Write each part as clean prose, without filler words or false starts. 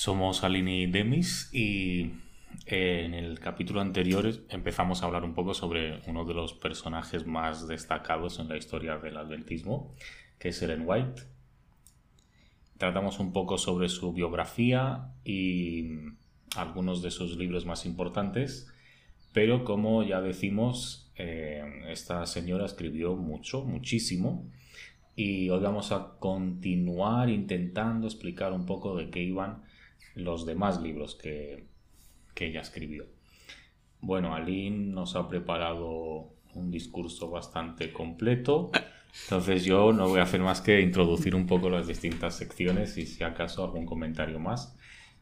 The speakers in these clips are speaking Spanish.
Somos Aline y Demis y en el capítulo anterior empezamos a hablar un poco sobre uno de los personajes más destacados en la historia del adventismo, que es Ellen White. Tratamos un poco sobre su biografía y algunos de sus libros más importantes, pero como ya decimos, esta señora escribió muchísimo. Y hoy vamos a continuar intentando explicar un poco de qué iban los demás libros que ella escribió. Bueno, Aline nos ha preparado un discurso bastante completo, entonces yo no voy a hacer más que introducir un poco las distintas secciones y si acaso algún comentario más.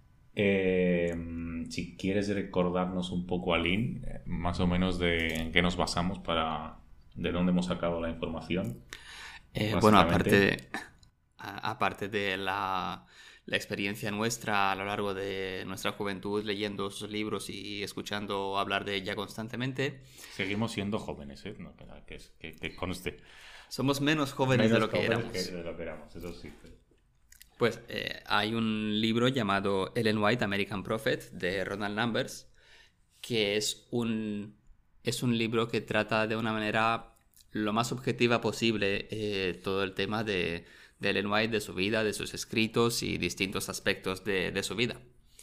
Si quieres recordarnos un poco, Aline, más o menos de en qué nos basamos de dónde hemos sacado la información. Bueno, aparte de la experiencia nuestra a lo largo de nuestra juventud, leyendo sus libros y escuchando hablar de ella constantemente. Seguimos siendo jóvenes, ¿eh? No, que conste. Somos menos jóvenes de lo que éramos. De lo que éramos, eso sí. Pues hay un libro llamado Ellen White, American Prophet, de Ronald Numbers, que es un libro que trata de una manera lo más objetiva posible todo el tema de Ellen White, de su vida, de sus escritos y distintos aspectos de su vida.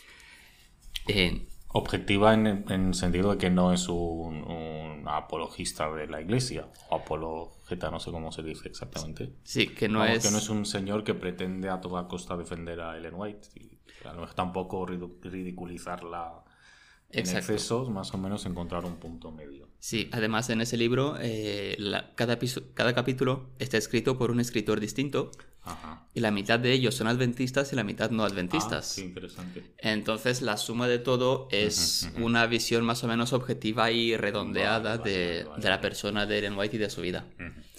Objetiva en el sentido de que no es un apologista de la iglesia, o apologeta, no sé cómo se dice exactamente. Sí, que no que no es un señor que pretende a toda costa defender a Ellen White, y tampoco ridiculizarla en excesos, más o menos encontrar un punto medio. Sí, además en ese libro cada capítulo está escrito por un escritor distinto. Ajá. Y la mitad de ellos son adventistas y la mitad no adventistas. Sí, interesante. Entonces la suma de todo es una visión más o menos objetiva y redondeada de la persona de Ellen White y de su vida.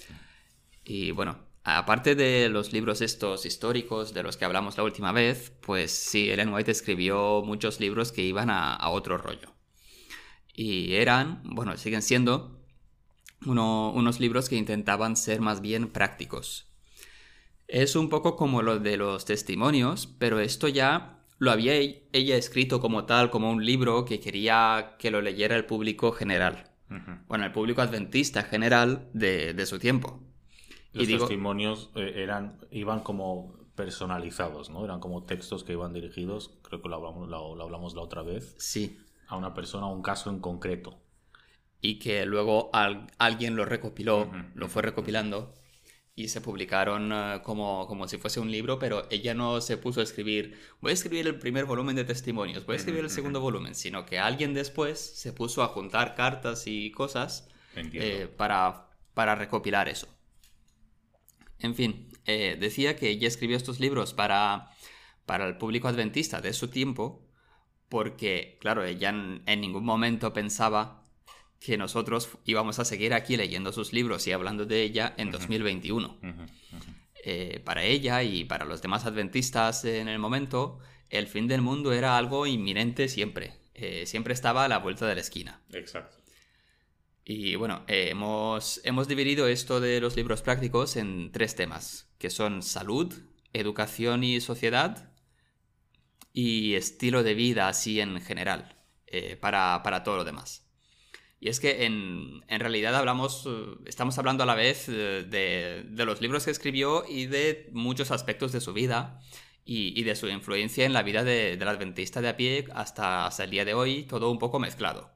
Y bueno, aparte de los libros estos históricos de los que hablamos la última vez, pues sí, Ellen White escribió muchos libros que iban a otro rollo. Y siguen siendo unos libros que intentaban ser más bien prácticos. Es un poco como lo de los testimonios, pero esto ya lo había ella escrito como tal, como un libro que quería que lo leyera el público general. Bueno, el público adventista general de su tiempo. Los testimonios iban como personalizados, ¿no? Eran como textos que iban dirigidos, creo que lo hablamos la otra vez. Sí. A una persona, a un caso en concreto. Y que luego alguien lo recopiló, lo fue recopilando y se publicaron como si fuese un libro, pero ella no se puso a escribir, voy a escribir el primer volumen de testimonios, voy a escribir el segundo volumen, sino que alguien después se puso a juntar cartas y cosas para recopilar eso. En fin, decía que ella escribió estos libros para el público adventista de su tiempo, porque, claro, ella en ningún momento pensaba que nosotros íbamos a seguir aquí leyendo sus libros y hablando de ella en 2021. Para ella y para los demás adventistas en el momento, el fin del mundo era algo inminente siempre. Siempre estaba a la vuelta de la esquina. Exacto. Y bueno, hemos dividido esto de los libros prácticos en 3 temas, que son salud, educación y sociedad, y estilo de vida así en general, para todo lo demás. Y es que en realidad estamos hablando a la vez de los libros que escribió y de muchos aspectos de su vida y de su influencia en la vida del adventista de a pie hasta el día de hoy, todo un poco mezclado.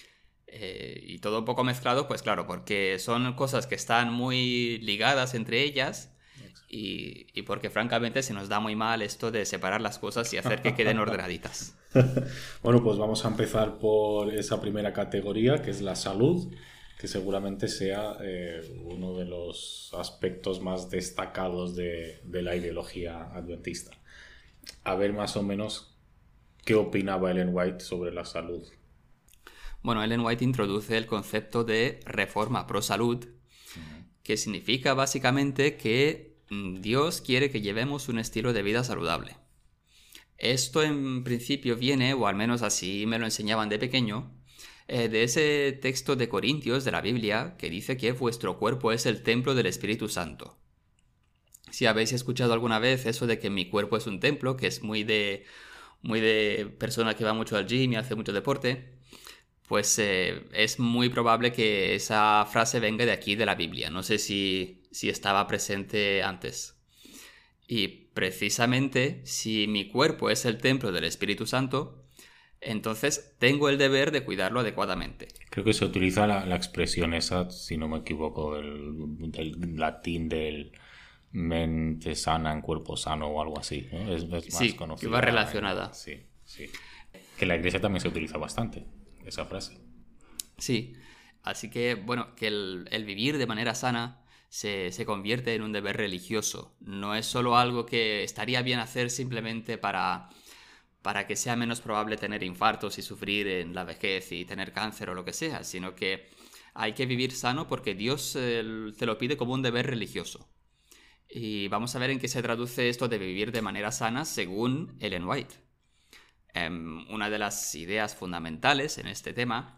Y todo un poco mezclado, pues claro, porque son cosas que están muy ligadas entre ellas y porque francamente se nos da muy mal esto de separar las cosas y hacer que queden ordenaditas. Bueno, pues vamos a empezar por esa primera categoría, que es la salud, que seguramente sea uno de los aspectos más destacados de la ideología adventista. A ver más o menos qué opinaba Ellen White sobre la salud. Bueno, Ellen White introduce el concepto de reforma pro salud, que significa básicamente que Dios quiere que llevemos un estilo de vida saludable. Esto en principio viene, o al menos así me lo enseñaban de pequeño, de ese texto de Corintios de la Biblia que dice que vuestro cuerpo es el templo del Espíritu Santo. Si habéis escuchado alguna vez eso de que mi cuerpo es un templo, que es muy de muy de persona que va mucho al gym y hace mucho deporte, pues es muy probable que esa frase venga de aquí, de la Biblia. No sé si estaba presente antes. Y precisamente, si mi cuerpo es el templo del Espíritu Santo, entonces tengo el deber de cuidarlo adecuadamente. Creo que se utiliza la expresión esa, si no me equivoco, del latín del mente sana en cuerpo sano o algo así, ¿no? Es más Sí, conocida. que va relacionada. Sí, sí. Que en la iglesia también se utiliza bastante esa frase. Sí, así que bueno, que el vivir de manera sana se convierte en un deber religioso. No es solo algo que estaría bien hacer simplemente para que sea menos probable tener infartos y sufrir en la vejez y tener cáncer o lo que sea, sino que hay que vivir sano porque Dios te lo pide como un deber religioso. Y vamos a ver en qué se traduce esto de vivir de manera sana según Ellen White. Una de las ideas fundamentales en este tema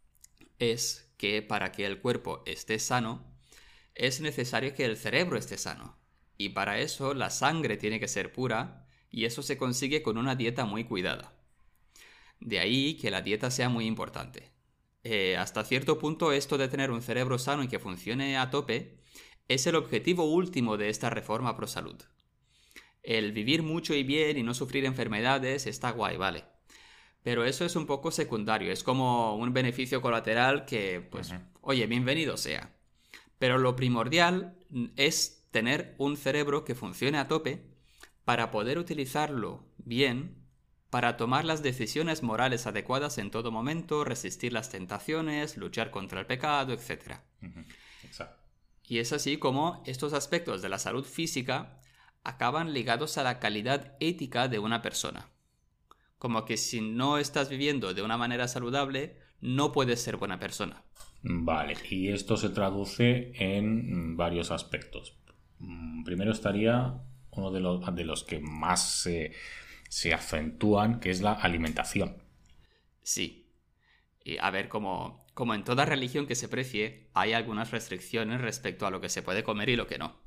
es que para que el cuerpo esté sano, es necesario que el cerebro esté sano. Y para eso la sangre tiene que ser pura, y eso se consigue con una dieta muy cuidada. De ahí que la dieta sea muy importante. Hasta cierto punto esto de tener un cerebro sano y que funcione a tope es el objetivo último de esta reforma pro salud. El vivir mucho y bien y no sufrir enfermedades está guay, vale. Pero eso es un poco secundario, es como un beneficio colateral que, pues, oye, bienvenido sea. Pero lo primordial es tener un cerebro que funcione a tope para poder utilizarlo bien, para tomar las decisiones morales adecuadas en todo momento, resistir las tentaciones, luchar contra el pecado, etc. Exacto. Y es así como estos aspectos de la salud física acaban ligados a la calidad ética de una persona. Como que si no estás viviendo de una manera saludable, no puedes ser buena persona. Vale, y esto se traduce en varios aspectos. Primero estaría uno de los que más se acentúan, que es la alimentación. Sí. Y a ver, como en toda religión que se precie, hay algunas restricciones respecto a lo que se puede comer y lo que no.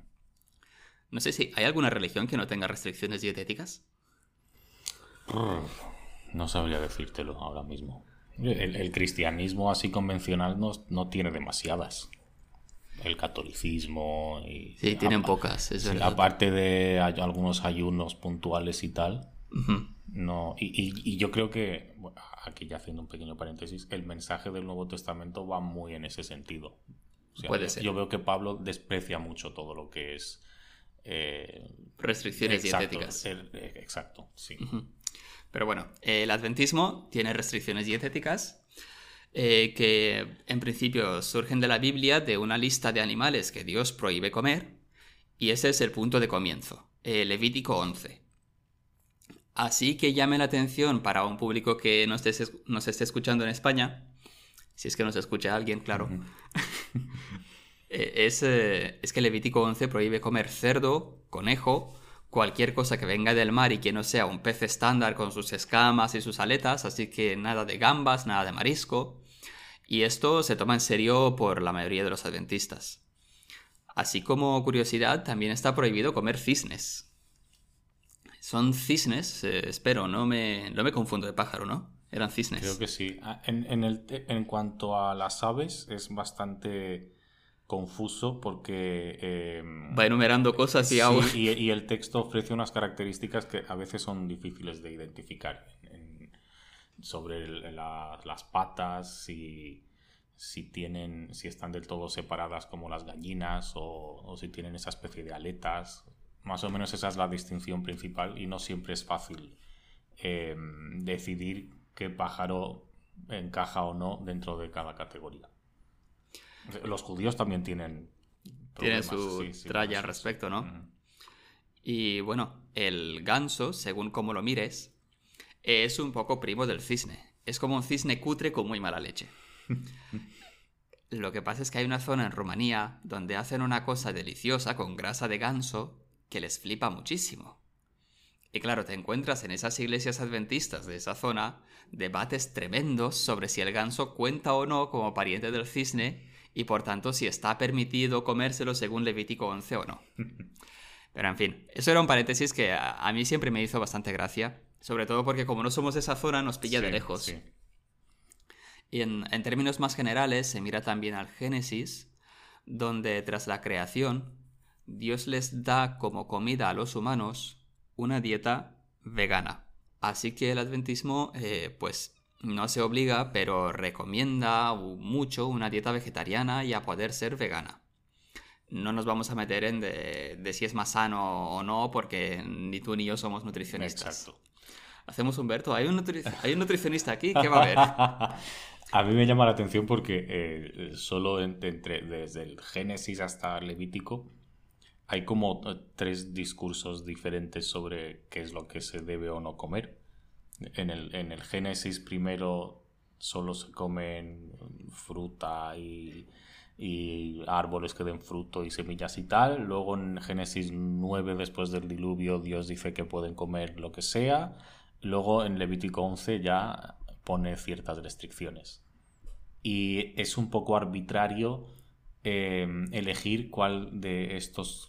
No sé si hay alguna religión que no tenga restricciones dietéticas. No sabría decírtelo ahora mismo. El cristianismo así convencional no tiene demasiadas. El catolicismo y... Sí, tienen pocas, es verdad. Aparte de algunos ayunos puntuales y tal. No, y yo creo que, bueno, aquí ya haciendo un pequeño paréntesis, el mensaje del Nuevo Testamento va muy en ese sentido. O sea, puede ser. Yo veo que Pablo desprecia mucho todo lo que es... restricciones dietéticas. Exacto, sí. Pero bueno, el adventismo tiene restricciones dietéticas que en principio surgen de la Biblia, de una lista de animales que Dios prohíbe comer, y ese es el punto de comienzo, Levítico 11. Así que llame la atención para un público que nos esté escuchando en España, si es que nos escucha alguien, claro. Es que Levítico 11 prohíbe comer cerdo, conejo, cualquier cosa que venga del mar y que no sea un pez estándar con sus escamas y sus aletas, así que nada de gambas, nada de marisco. Y esto se toma en serio por la mayoría de los adventistas. Así como curiosidad, también está prohibido comer cisnes. Son cisnes, espero, no me confundo de pájaro, ¿no? Eran cisnes. Creo que sí. En cuanto a las aves, es bastante confuso porque... va enumerando cosas y ahora... Sí, y el texto ofrece unas características que a veces son difíciles de identificar. Sobre las patas, si están del todo separadas como las gallinas o si tienen esa especie de aletas. Más o menos esa es la distinción principal y no siempre es fácil decidir qué pájaro encaja o no dentro de cada categoría. Los judíos también tienen su tralla al respecto, ¿no? Y bueno, el ganso, según como lo mires, es un poco primo del cisne. Es como un cisne cutre con muy mala leche. Lo que pasa es que hay una zona en Rumanía donde hacen una cosa deliciosa con grasa de ganso que les flipa muchísimo. Y claro, te encuentras en esas iglesias adventistas de esa zona debates tremendos sobre si el ganso cuenta o no como pariente del cisne y por tanto si está permitido comérselo según Levítico 11 o no. Pero en fin, eso era un paréntesis que a mí siempre me hizo bastante gracia, Sobre todo porque como no somos de esa zona, nos pilla de lejos. Sí. Y en términos más generales, se mira también al Génesis, donde tras la creación, Dios les da como comida a los humanos una dieta vegana. Así que el adventismo, pues no se obliga, pero recomienda mucho una dieta vegetariana y a poder ser vegana. No nos vamos a meter en de si es más sano o no, porque ni tú ni yo somos nutricionistas. Exacto. Hacemos Humberto, hay un nutricionista aquí, ¿qué va a haber? A mí me llama la atención porque solo desde el Génesis hasta el Levítico hay como 3 discursos diferentes sobre qué es lo que se debe o no comer. En el Génesis primero solo se comen fruta y árboles que den fruto y semillas y tal. Luego en Génesis 9, después del diluvio, Dios dice que pueden comer lo que sea. Luego en Levítico 11 ya pone ciertas restricciones. Y es un poco arbitrario elegir cuál de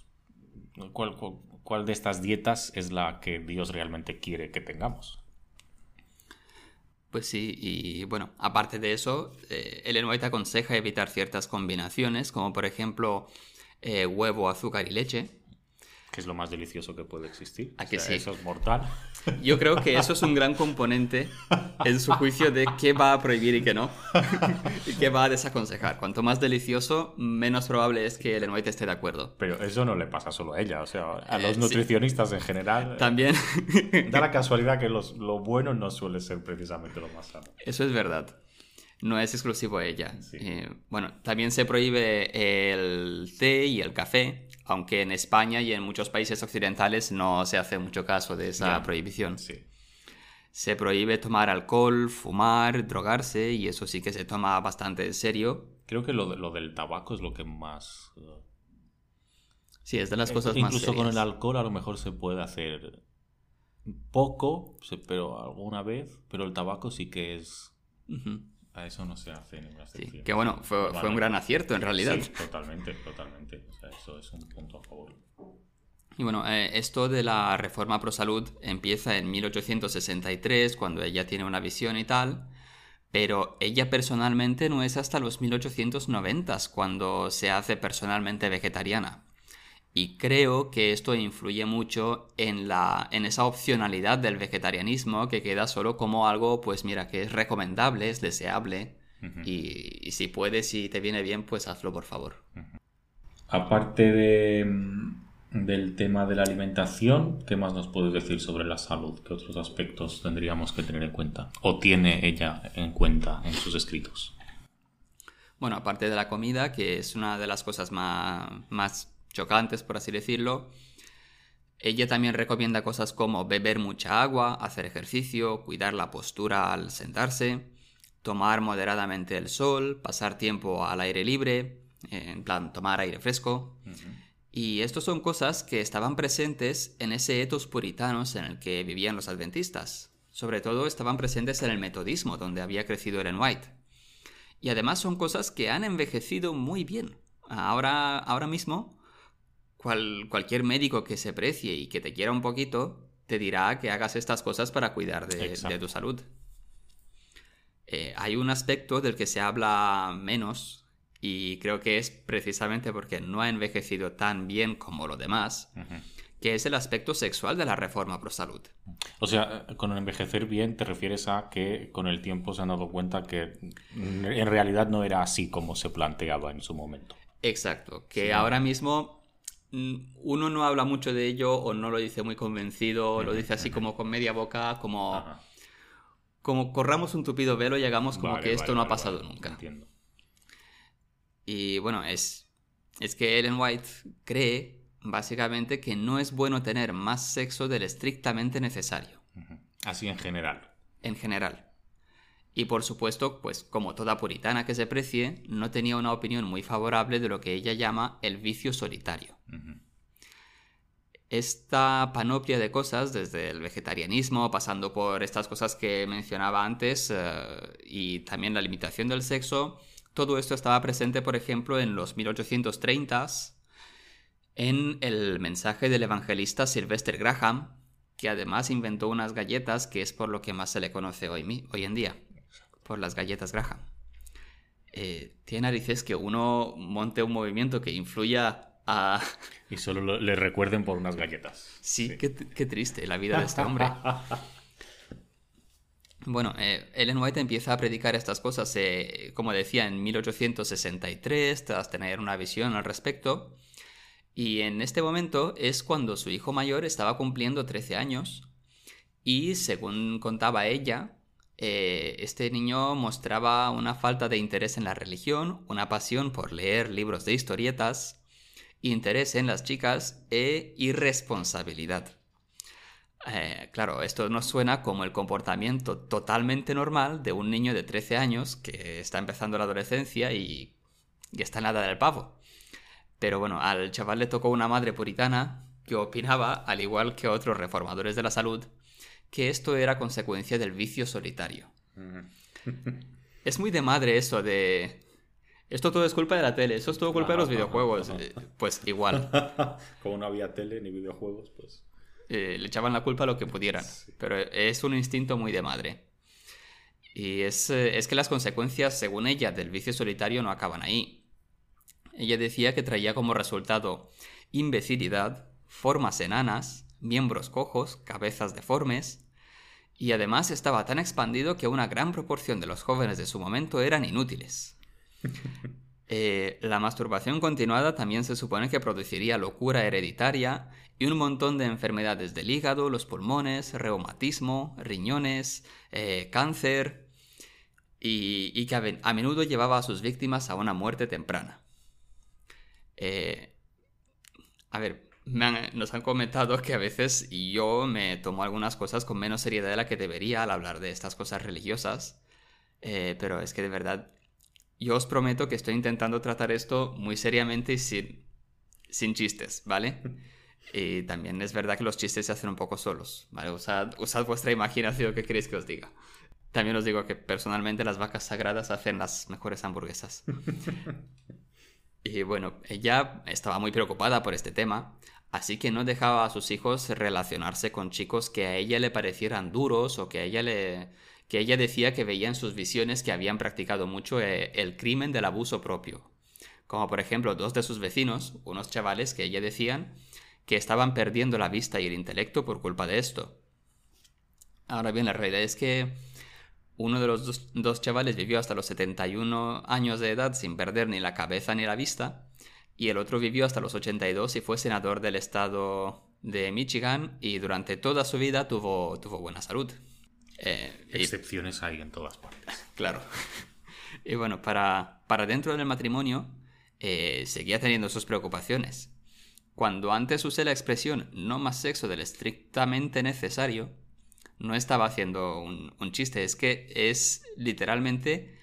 estas dietas es la que Dios realmente quiere que tengamos. Pues sí, y bueno, aparte de eso, Ellen White aconseja evitar ciertas combinaciones, como por ejemplo huevo, azúcar y leche. Que es lo más delicioso que puede existir. ¿A que sí? Eso es mortal. Yo creo que eso es un gran componente en su juicio de qué va a prohibir y qué no. Y qué va a desaconsejar. Cuanto más delicioso, menos probable es que Ellen White esté de acuerdo. Pero eso no le pasa solo a ella, o sea, a los nutricionistas en general. También. Da la casualidad que lo bueno no suele ser precisamente lo más sano. Eso es verdad. No es exclusivo a ella. Sí. Bueno, también se prohíbe el té y el café, aunque en España y en muchos países occidentales no se hace mucho caso de esa prohibición. Sí. Se prohíbe tomar alcohol, fumar, drogarse, y eso sí que se toma bastante en serio. Creo que lo del tabaco es lo que más... Sí, es de las cosas más incluso serias. con el alcohol a lo mejor se puede hacer poco, pero alguna vez, pero el tabaco sí que es... Uh-huh. A eso no se hace ninguna excepción. Sí, que bueno, fue un gran acierto en realidad. Sí, totalmente. O sea, eso es un punto a favor. Y bueno, esto de la reforma pro salud empieza en 1863, cuando ella tiene una visión y tal, pero ella personalmente no es hasta los 1890 cuando se hace personalmente vegetariana. Y creo que esto influye mucho en esa opcionalidad del vegetarianismo, que queda solo como algo, pues mira, que es recomendable, es deseable, uh-huh. y si puedes, si te viene bien, pues hazlo, por favor. Uh-huh. Aparte del tema de la alimentación, ¿qué más nos puedes decir sobre la salud? ¿Qué otros aspectos tendríamos que tener en cuenta? ¿O tiene ella en cuenta en sus escritos? Bueno, aparte de la comida, que es una de las cosas más chocantes, por así decirlo, ella también recomienda cosas como beber mucha agua, hacer ejercicio, cuidar la postura al sentarse, tomar moderadamente el sol, pasar tiempo al aire libre, en plan tomar aire fresco. Uh-huh. Y estos son cosas que estaban presentes en ese etos puritanos en el que vivían los adventistas. Sobre todo estaban presentes en el metodismo, donde había crecido Ellen White. Y además son cosas que han envejecido muy bien. Ahora mismo, cualquier médico que se precie y que te quiera un poquito, te dirá que hagas estas cosas para cuidar de tu salud. Hay un aspecto del que se habla menos, y creo que es precisamente porque no ha envejecido tan bien como lo demás, uh-huh. que es el aspecto sexual de la reforma pro salud. O sea, con el envejecer bien te refieres a que con el tiempo se han dado cuenta que en realidad no era así como se planteaba en su momento. Exacto, que sí. Ahora mismo uno no habla mucho de ello o no lo dice muy convencido, lo dice así como con media boca, como corramos un tupido velo y hagamos como que esto no ha pasado nunca. Entiendo. Y bueno, es que Ellen White cree básicamente que no es bueno tener más sexo del estrictamente necesario. Así en general. En general. Y por supuesto, pues como toda puritana que se precie, no tenía una opinión muy favorable de lo que ella llama el vicio solitario. Uh-huh. Esta panoplia de cosas, desde el vegetarianismo, pasando por estas cosas que mencionaba antes, y también la limitación del sexo, todo esto estaba presente, por ejemplo, en los 1830s, en el mensaje del evangelista Sylvester Graham, que además inventó unas galletas que es por lo que más se le conoce hoy en día, por las galletas Graham. Tiene narices que uno monte un movimiento que influya a... Y solo le recuerden por unas galletas. Sí, qué triste la vida de este hombre. Bueno, Ellen White empieza a predicar estas cosas, como decía, en 1863, tras tener una visión al respecto. Y en este momento es cuando su hijo mayor estaba cumpliendo 13 años y, según contaba ella, este niño mostraba una falta de interés en la religión, una pasión por leer libros de historietas, interés en las chicas e irresponsabilidad. Claro, esto nos suena como el comportamiento totalmente normal de un niño de 13 años que está empezando la adolescencia y está en la edad del pavo. Pero bueno, al chaval le tocó una madre puritana que opinaba, al igual que otros reformadores de la salud, que esto era consecuencia del vicio solitario. Es muy de madre eso de... Esto todo es culpa de la tele, esto es todo culpa de los videojuegos. Pues igual. Como no había tele ni videojuegos, pues... le echaban la culpa a lo que pudieran. Sí. Pero es un instinto muy de madre. Y es que las consecuencias, según ella, del vicio solitario no acaban ahí. Ella decía que traía como resultado imbecilidad, formas enanas, miembros cojos, cabezas deformes, y además estaba tan expandido que una gran proporción de los jóvenes de su momento eran inútiles. La masturbación continuada también se supone que produciría locura hereditaria y un montón de enfermedades del hígado, los pulmones, reumatismo, riñones, cáncer, y que a menudo llevaba a sus víctimas a una muerte temprana. Nos han comentado que a veces yo me tomo algunas cosas con menos seriedad de la que debería al hablar de estas cosas religiosas, pero es que de verdad yo os prometo que estoy intentando tratar esto muy seriamente y sin chistes, ¿vale? Y también es verdad que los chistes se hacen un poco solos, ¿vale? Usad vuestra imaginación, ¿qué queréis que os diga? También os digo que personalmente las vacas sagradas hacen las mejores hamburguesas. Y bueno, ella estaba muy preocupada por este tema, así que no dejaba a sus hijos relacionarse con chicos que a ella le parecieran duros o que ella decía que veía en sus visiones que habían practicado mucho el crimen del abuso propio. Como por ejemplo 2 de sus vecinos, unos chavales que ella decían que estaban perdiendo la vista y el intelecto por culpa de esto. Ahora bien, la realidad es que uno de los dos chavales vivió hasta los 71 años de edad sin perder ni la cabeza ni la vista, y el otro vivió hasta los 82 y fue senador del estado de Michigan y durante toda su vida tuvo buena salud. Excepciones hay en todas partes. Claro. Y bueno, para dentro del matrimonio seguía teniendo sus preocupaciones. Cuando antes usé la expresión no más sexo del estrictamente necesario, no estaba haciendo un chiste, es que es literalmente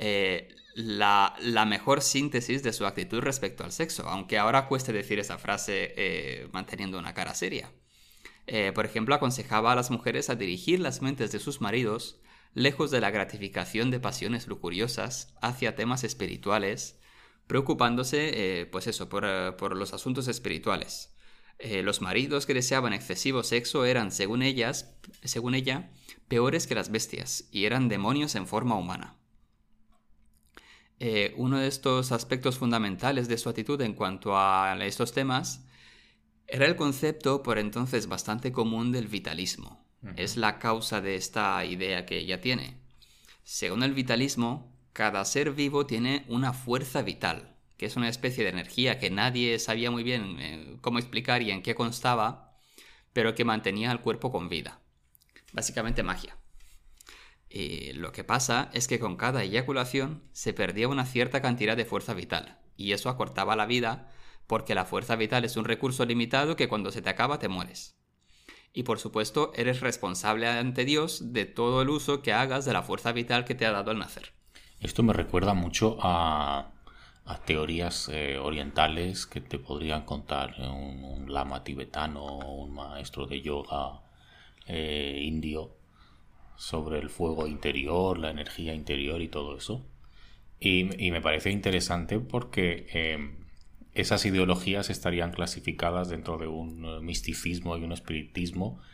la mejor síntesis de su actitud respecto al sexo, aunque ahora cueste decir esa frase manteniendo una cara seria. Por ejemplo, aconsejaba a las mujeres a dirigir las mentes de sus maridos lejos de la gratificación de pasiones lujuriosas hacia temas espirituales, preocupándose por los asuntos espirituales. Los maridos que deseaban excesivo sexo eran, según ella, peores que las bestias y eran demonios en forma humana. Uno de estos aspectos fundamentales de su actitud en cuanto a estos temas era el concepto, por entonces bastante común, del vitalismo. Es la causa de esta idea que ella tiene. Según el vitalismo, cada ser vivo tiene una fuerza vital, que es una especie de energía que nadie sabía muy bien cómo explicar y en qué constaba, pero que mantenía al cuerpo con vida. Básicamente magia. Y lo que pasa es que con cada eyaculación se perdía una cierta cantidad de fuerza vital, y eso acortaba la vida, porque la fuerza vital es un recurso limitado que cuando se te acaba te mueres. Y por supuesto eres responsable ante Dios de todo el uso que hagas de la fuerza vital que te ha dado al nacer. Esto me recuerda mucho a teorías orientales que te podrían contar un lama tibetano o un maestro de yoga indio sobre el fuego interior, la energía interior y todo eso. Y me parece interesante porque esas ideologías estarían clasificadas dentro de un misticismo y un espiritismo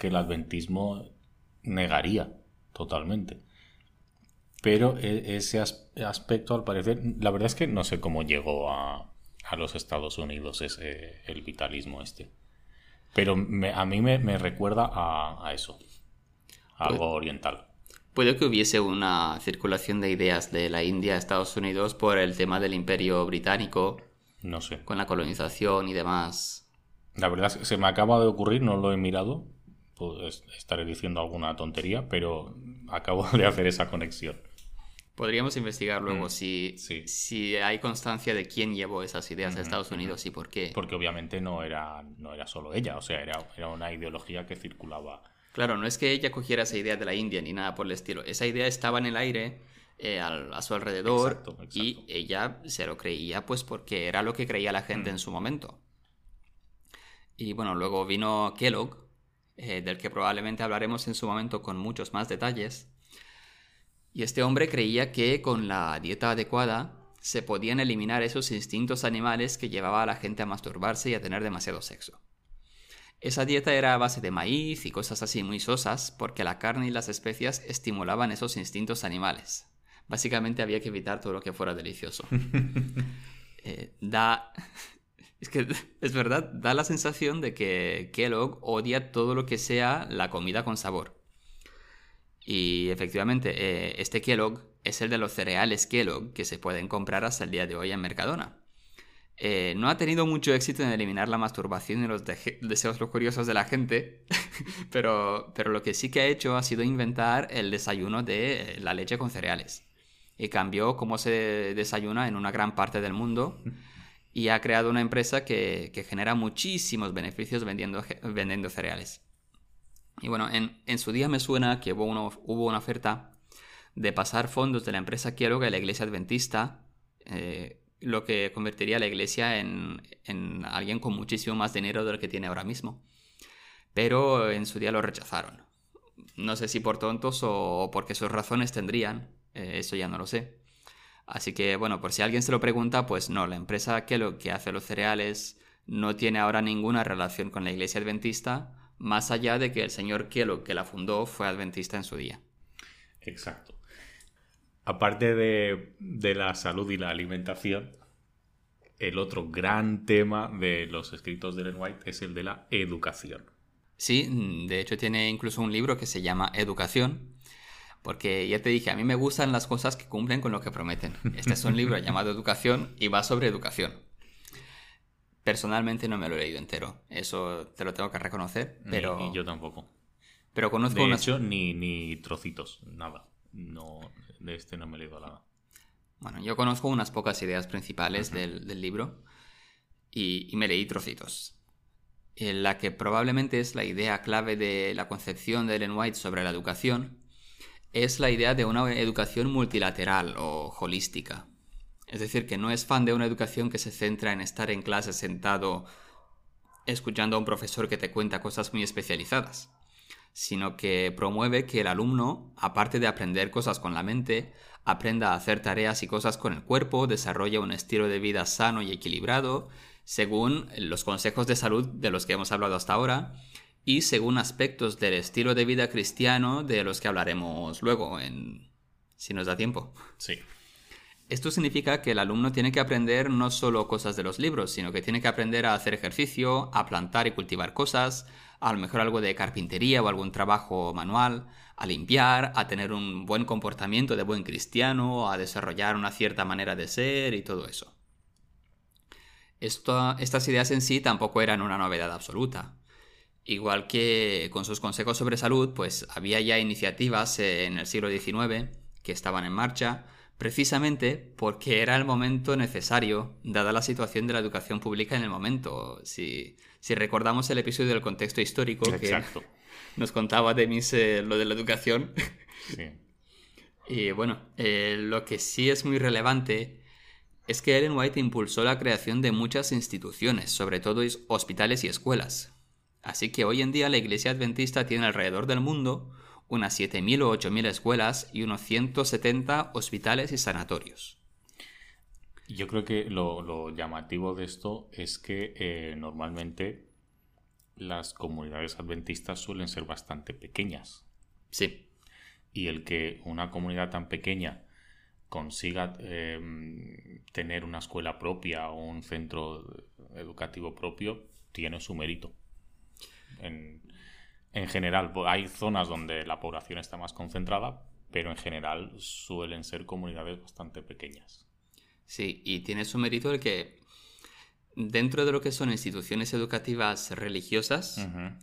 que el adventismo negaría totalmente. Pero ese aspecto, al parecer, la verdad es que no sé cómo llegó a los Estados Unidos el vitalismo este. Pero a mí me recuerda a eso, a algo oriental. Puede que hubiese una circulación de ideas de la India a Estados Unidos por el tema del Imperio Británico. No sé. Con la colonización y demás. La verdad es que se me acaba de ocurrir, no lo he mirado. Pues estaré diciendo alguna tontería, pero acabo de hacer esa conexión. Podríamos investigar luego si hay constancia de quién llevó esas ideas a Estados Unidos y por qué. Porque obviamente no era solo ella, o sea, era una ideología que circulaba. Claro, no es que ella cogiera esa idea de la India ni nada por el estilo. Esa idea estaba en el aire, a su alrededor, exacto. Y ella se lo creía pues porque era lo que creía la gente en su momento. Y bueno, luego vino Kellogg, del que probablemente hablaremos en su momento con muchos más detalles. Y este hombre creía que con la dieta adecuada se podían eliminar esos instintos animales que llevaba a la gente a masturbarse y a tener demasiado sexo. Esa dieta era a base de maíz y cosas así muy sosas porque la carne y las especias estimulaban esos instintos animales. Básicamente había que evitar todo lo que fuera delicioso. Es que es verdad, da la sensación de que Kellogg odia todo lo que sea la comida con sabor. Y efectivamente, este Kellogg es el de los cereales Kellogg que se pueden comprar hasta el día de hoy en Mercadona. No ha tenido mucho éxito en eliminar la masturbación y los deseos lujuriosos de la gente, pero lo que sí que ha hecho ha sido inventar el desayuno de la leche con cereales. Y cambió cómo se desayuna en una gran parte del mundo y ha creado una empresa que genera muchísimos beneficios vendiendo cereales. Y bueno, en su día me suena que hubo una oferta de pasar fondos de la empresa Kellogg a la iglesia adventista, lo que convertiría a la iglesia en alguien con muchísimo más dinero del que tiene ahora mismo. Pero en su día lo rechazaron. No sé si por tontos o porque sus razones tendrían, eso ya no lo sé. Así que bueno, por si alguien se lo pregunta, pues no, la empresa Kellogg que hace los cereales no tiene ahora ninguna relación con la iglesia adventista, más allá de que el señor Kellogg que la fundó fue adventista en su día. Exacto. Aparte de la salud y la alimentación, el otro gran tema de los escritos de Ellen White es el de la educación. Sí, de hecho tiene incluso un libro que se llama Educación, porque ya te dije, a mí me gustan las cosas que cumplen con lo que prometen. Este es un libro llamado Educación y va sobre educación. Personalmente no me lo he leído entero, eso te lo tengo que reconocer, pero... Ni yo tampoco. Pero conozco de hecho, ni trocitos, nada. No, de este no me he leído nada. Bueno, yo conozco unas pocas ideas principales del libro y me leí trocitos. La que probablemente es la idea clave de la concepción de Ellen White sobre la educación es la idea de una educación multilateral o holística. Es decir, que no es fan de una educación que se centra en estar en clase sentado escuchando a un profesor que te cuenta cosas muy especializadas, sino que promueve que el alumno, aparte de aprender cosas con la mente, aprenda a hacer tareas y cosas con el cuerpo, desarrolle un estilo de vida sano y equilibrado, según los consejos de salud de los que hemos hablado hasta ahora, y según aspectos del estilo de vida cristiano de los que hablaremos luego, si nos da tiempo. Sí. Esto significa que el alumno tiene que aprender no solo cosas de los libros, sino que tiene que aprender a hacer ejercicio, a plantar y cultivar cosas, a lo mejor algo de carpintería o algún trabajo manual, a limpiar, a tener un buen comportamiento de buen cristiano, a desarrollar una cierta manera de ser y todo eso. Estas ideas en sí tampoco eran una novedad absoluta. Igual que con sus consejos sobre salud, pues había ya iniciativas en el siglo XIX que estaban en marcha, precisamente porque era el momento necesario, dada la situación de la educación pública en el momento. Si recordamos el episodio del contexto histórico, exacto, que nos contaba de lo de la educación. Sí. Y bueno, lo que sí es muy relevante es que Ellen White impulsó la creación de muchas instituciones, sobre todo hospitales y escuelas. Así que hoy en día la Iglesia Adventista tiene alrededor del mundo unas 7.000 o 8.000 escuelas y unos 170 hospitales y sanatorios. Yo creo que lo llamativo de esto es que normalmente las comunidades adventistas suelen ser bastante pequeñas. Sí. Y el que una comunidad tan pequeña consiga tener una escuela propia o un centro educativo propio tiene su mérito. En general, hay zonas donde la población está más concentrada, pero en general suelen ser comunidades bastante pequeñas. Sí, y tiene su mérito el que dentro de lo que son instituciones educativas religiosas, Uh-huh.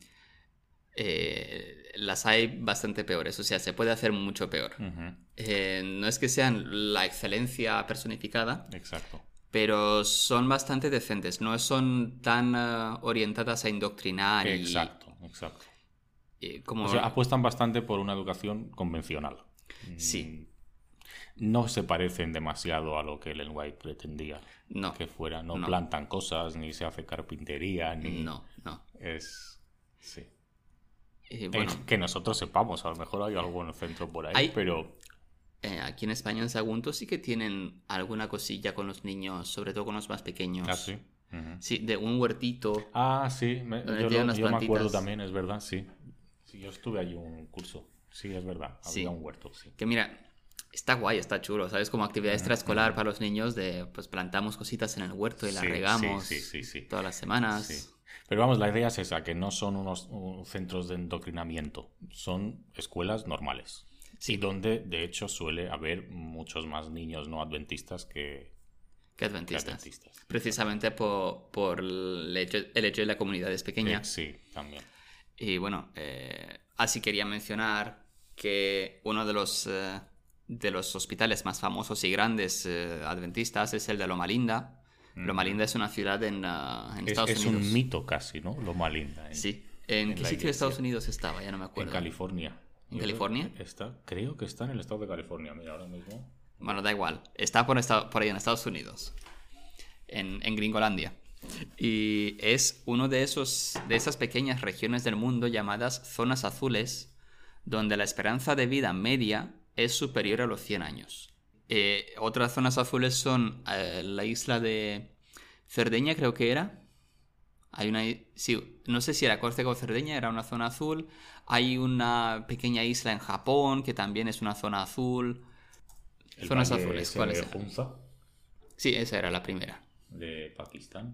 las hay bastante peores, o sea, se puede hacer mucho peor. Uh-huh. No es que sean la excelencia personificada, Exacto. pero son bastante decentes, no son tan orientadas a indoctrinar Exacto. como... O sea, apuestan bastante por una educación convencional. Sí. No se parecen demasiado a lo que Ellen White pretendía No, que fuera. No no. plantan cosas, ni se hace carpintería, ni... No. Es... Sí. Bueno, Que nosotros sepamos, a lo mejor hay algún centro por ahí, pero... aquí en España, en Sagunto, sí que tienen alguna cosilla con los niños, sobre todo con los más pequeños. Ah, sí. Uh-huh. Sí, de un huertito. Ah, sí. Donde tienen unas yo me acuerdo plantitas. también, es verdad, sí. Sí, yo estuve allí un curso. Sí, es verdad. Sí. Había un huerto, sí. Que mira, está guay, está chulo, ¿sabes? Como actividad extraescolar para los niños de, pues plantamos cositas en el huerto y las Sí, regamos sí. todas las semanas. Sí. Pero vamos, la idea es esa, que no son unos centros de endoctrinamiento, son escuelas normales. Sí. Y donde, de hecho, suele haber muchos más niños no adventistas que adventistas. Precisamente por el hecho de la comunidad es pequeña. Sí, también. Y bueno, así quería mencionar que uno de los hospitales más famosos y grandes adventistas es el de Loma Linda. Loma Linda es una ciudad en Estados Unidos. Es un mito casi, ¿no? Loma Linda. Sí. ¿En qué sitio de Estados Unidos estaba? Ya no me acuerdo. En California. ¿En California? Creo que está en el estado de California, mira, ahora mismo. Bueno, da igual. Está por ahí en Estados Unidos. En Gringolandia. Y es uno de esas pequeñas regiones del mundo llamadas zonas azules, donde la esperanza de vida media es superior a los 100 años. Otras zonas azules son la isla de Cerdeña, creo que era. Sí, no sé si era Córcega o Cerdeña, era una zona azul. Hay una pequeña isla en Japón que también es una zona azul. Zonas azules, ¿cuáles eran? Hunza, Sí, esa era la primera. de Pakistán.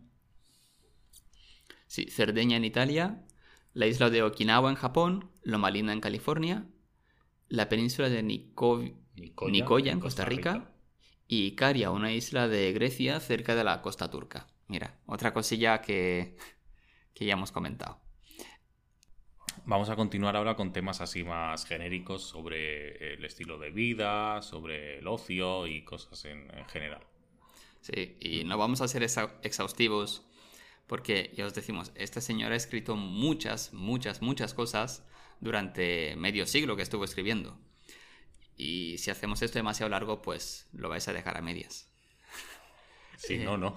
Sí, Cerdeña en Italia, la isla de Okinawa en Japón, Loma Linda en California, la península de Nicoya en Costa Rica y Caria, una isla de Grecia cerca de la costa turca. Mira, otra cosilla que ya hemos comentado. Vamos a continuar ahora con temas así más genéricos sobre el estilo de vida, sobre el ocio y cosas en general. Sí, y no vamos a ser exhaustivos porque ya os decimos, este señor ha escrito muchas cosas durante medio siglo que estuvo escribiendo. Y si hacemos esto demasiado largo, pues lo vais a dejar a medias. Si no.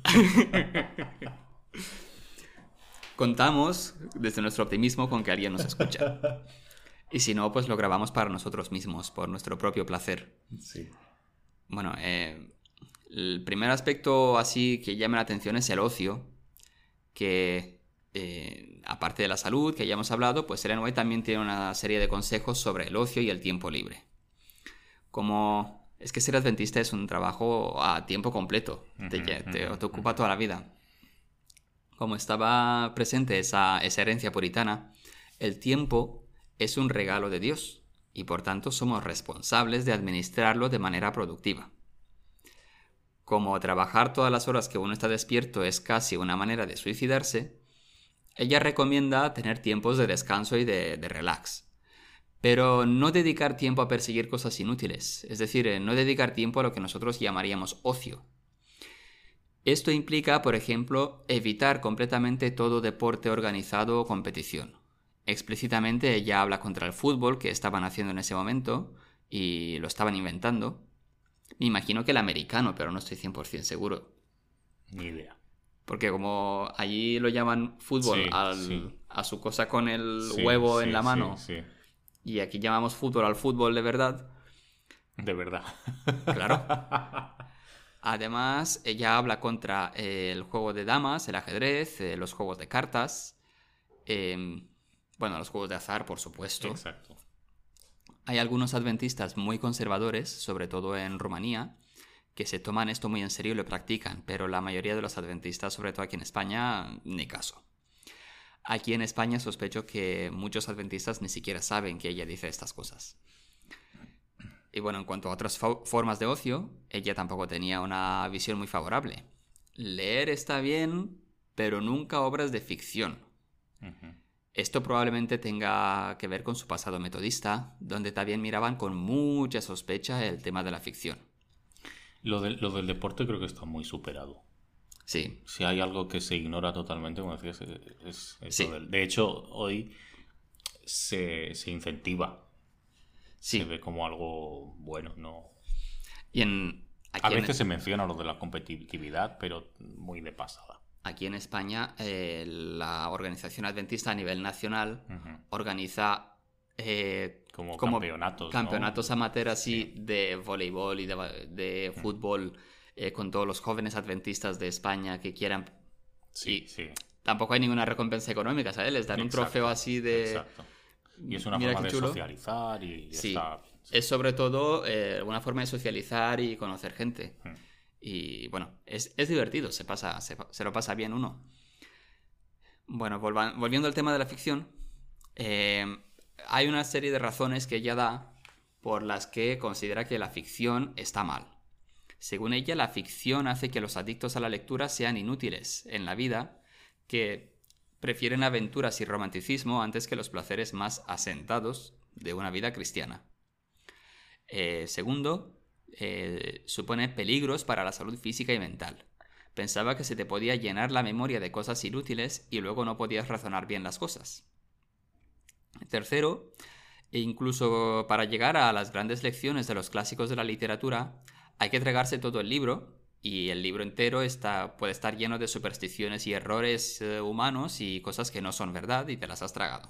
Contamos desde nuestro optimismo con que alguien nos escucha. Y si no, pues lo grabamos para nosotros mismos, por nuestro propio placer. Sí. Bueno, el primer aspecto así que llama la atención es el ocio, que aparte de la salud que ya hemos hablado, pues Ellen White también tiene una serie de consejos sobre el ocio y el tiempo libre. Como es que ser adventista es un trabajo a tiempo completo, te ocupa toda la vida. Como estaba presente esa herencia puritana, el tiempo es un regalo de Dios y por tanto somos responsables de administrarlo de manera productiva. Como trabajar todas las horas que uno está despierto es casi una manera de suicidarse, ella recomienda tener tiempos de descanso y de relax. Pero no dedicar tiempo a perseguir cosas inútiles, es decir, no dedicar tiempo a lo que nosotros llamaríamos ocio. Esto implica, por ejemplo, evitar completamente todo deporte organizado o competición. Explícitamente ella habla contra el fútbol que estaban haciendo en ese momento y lo estaban inventando. Me imagino que el americano, pero no estoy 100% seguro. Ni idea. Porque como allí lo llaman fútbol a su cosa con el huevo en la mano, y aquí llamamos fútbol al fútbol de verdad. De verdad. Claro. Además, ella habla contra el juego de damas, el ajedrez, los juegos de cartas. Bueno, los juegos de azar, por supuesto. Exacto. Hay algunos adventistas muy conservadores, sobre todo en Rumanía, que se toman esto muy en serio y lo practican, pero la mayoría de los adventistas, sobre todo aquí en España, ni caso. Aquí en España sospecho que muchos adventistas ni siquiera saben que ella dice estas cosas. Y bueno, en cuanto a otras formas de ocio, ella tampoco tenía una visión muy favorable. Leer está bien, pero nunca obras de ficción. Uh-huh. Esto probablemente tenga que ver con su pasado metodista, donde también miraban con mucha sospecha el tema de la ficción. Lo del deporte creo que está muy superado. Sí. Si hay algo que se ignora totalmente, como decías, es Sí. De hecho, hoy se incentiva. Sí. Se ve como algo bueno, ¿no? Y a veces se menciona lo de la competitividad, pero muy de pasada. Aquí en España, la Organización Adventista a nivel nacional organiza como campeonatos, campeonatos amateur así de voleibol y de fútbol con todos los jóvenes adventistas de España que quieran. Sí. Tampoco hay ninguna recompensa económica, ¿sabes? Les dan un trofeo así de... Exacto. Y es una forma de socializar y sí. está... Es sobre todo una forma de socializar y conocer gente. Y bueno, es divertido, se lo pasa bien uno. Bueno, volviendo al tema de la ficción, hay una serie de razones que ella da por las que considera que la ficción está mal. Según ella, la ficción hace que los adictos a la lectura sean inútiles en la vida, que prefieren aventuras y romanticismo antes que los placeres más asentados de una vida cristiana. Segundo, supone peligros para la salud física y mental. Pensaba que se te podía llenar la memoria de cosas inútiles y luego no podías razonar bien las cosas. Tercero, incluso para llegar a las grandes lecciones de los clásicos de la literatura, hay que tragarse todo el libro, y el libro entero puede estar lleno de supersticiones y errores humanos y cosas que no son verdad y te las has tragado.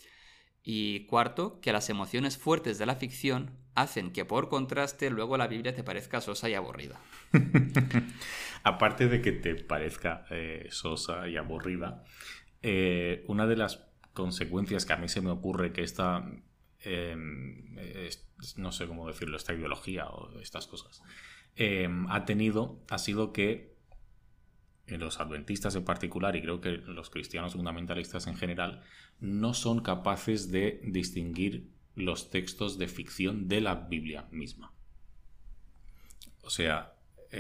Y cuarto, que las emociones fuertes de la ficción hacen que por contraste luego la Biblia te parezca sosa y aburrida. Aparte de que te parezca sosa y aburrida, una de las consecuencias que a mí se me ocurre que esta, no sé cómo decirlo, esta ideología o estas cosas, ha sido que los adventistas en particular, y creo que los cristianos fundamentalistas en general, no son capaces de distinguir los textos de ficción de la Biblia misma. O sea,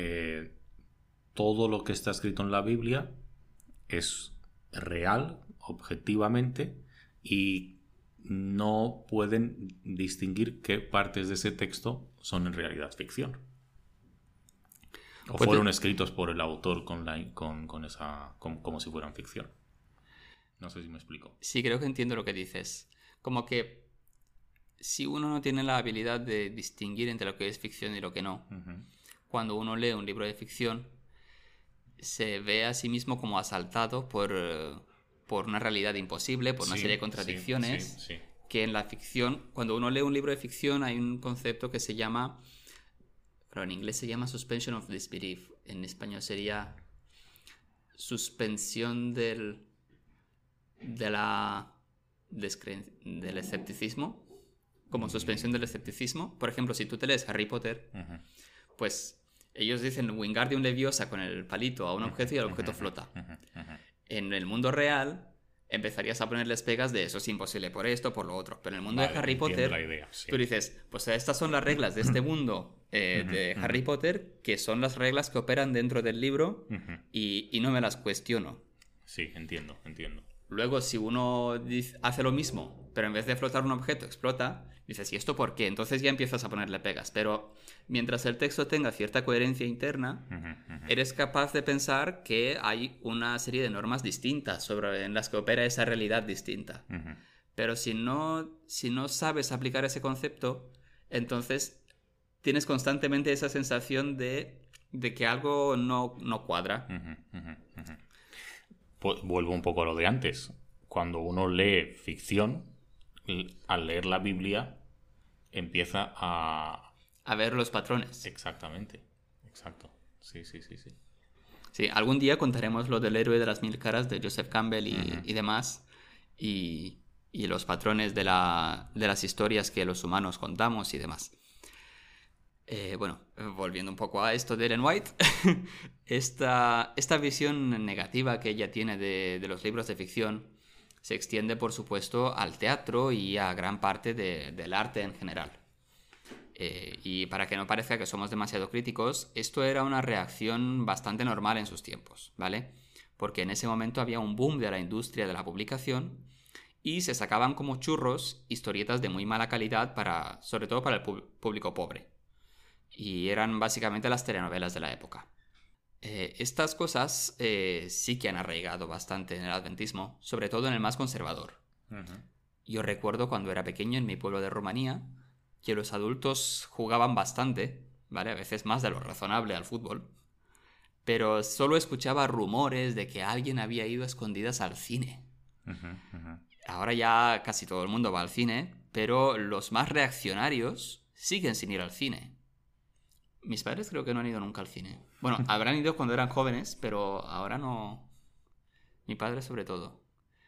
todo lo que está escrito en la Biblia es real, objetivamente, y no pueden distinguir qué partes de ese texto son en realidad ficción. O fueron escritos por el autor como si fueran ficción. No sé si me explico. Sí, creo que entiendo lo que dices. Como que si uno no tiene la habilidad de distinguir entre lo que es ficción y lo que no, cuando uno lee un libro de ficción, se ve a sí mismo como asaltado por una realidad imposible, por una serie de contradicciones, que en la ficción, cuando uno lee un libro de ficción, hay un concepto que se llama... Pero en inglés se llama suspension of disbelief. En español sería suspensión del escepticismo. Como suspensión del escepticismo. Por ejemplo, si tú te lees Harry Potter, pues ellos dicen Wingardium Leviosa con el palito a un objeto y el objeto flota. En el mundo real empezarías a ponerles pegas de eso es imposible por esto, por lo otro. Pero en el mundo de Harry Potter, tú dices, pues estas son las reglas de este mundo de Harry Potter, que son las reglas que operan dentro del libro y no me las cuestiono. Sí, entiendo. Luego, si uno hace lo mismo, pero en vez de flotar un objeto, explota, dices, ¿y esto por qué? Entonces ya empiezas a ponerle pegas. Pero mientras el texto tenga cierta coherencia interna, eres capaz de pensar que hay una serie de normas distintas en las que opera esa realidad distinta. Pero si no sabes aplicar ese concepto, entonces tienes constantemente esa sensación de que algo no cuadra. Vuelvo un poco a lo de antes. Cuando uno lee ficción, al leer la Biblia, empieza a ver los patrones. Exactamente. Exacto. Sí. Sí, algún día contaremos lo del héroe de las 1000 caras de Joseph Campbell y demás. y los patrones de las historias que los humanos contamos y demás. Bueno, volviendo un poco a esto de Ellen White, esta visión negativa que ella tiene de los libros de ficción se extiende, por supuesto, al teatro y a gran parte del arte en general. Y para que no parezca que somos demasiado críticos, esto era una reacción bastante normal en sus tiempos, ¿vale? Porque en ese momento había un boom de la industria de la publicación y se sacaban como churros historietas de muy mala calidad sobre todo para el público pobre. Y eran básicamente las telenovelas de la época. Estas cosas sí que han arraigado bastante en el adventismo, sobre todo en el más conservador. Uh-huh. Yo recuerdo cuando era pequeño en mi pueblo de Rumanía que los adultos jugaban bastante, ¿vale? A veces más de lo razonable al fútbol, pero solo escuchaba rumores de que alguien había ido a escondidas al cine. Uh-huh, uh-huh. Ahora ya casi todo el mundo va al cine, pero los más reaccionarios siguen sin ir al cine. Mis padres creo que no han ido nunca al cine. Bueno, habrán ido cuando eran jóvenes, pero ahora no. Mi padre sobre todo.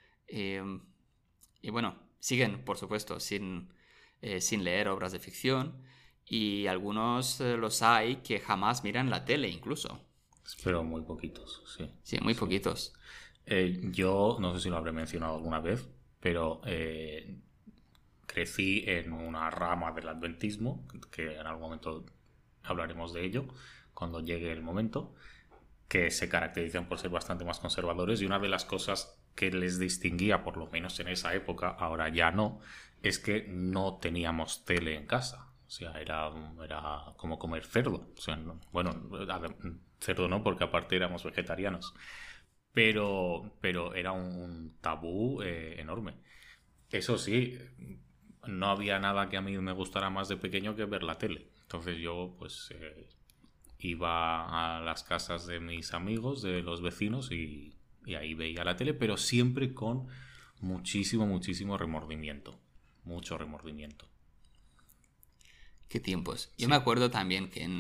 Y bueno, siguen, por supuesto, sin leer obras de ficción. Y algunos los hay que jamás miran la tele incluso. Pero muy poquitos, sí. Sí, muy poquitos. Yo no sé si lo habré mencionado alguna vez, pero crecí en una rama del adventismo, que en algún momento hablaremos de ello cuando llegue el momento, que se caracterizan por ser bastante más conservadores, y una de las cosas que les distinguía, por lo menos en esa época, ahora ya no, es que no teníamos tele en casa. O sea, era como comer cerdo. O sea, cerdo no, porque aparte éramos vegetarianos. Pero era un tabú enorme. Eso sí, no había nada que a mí me gustara más de pequeño que ver la tele. Entonces yo pues iba a las casas de mis amigos, de los vecinos, y ahí veía la tele, pero siempre con muchísimo remordimiento. Mucho remordimiento. Qué tiempos. Yo me acuerdo también que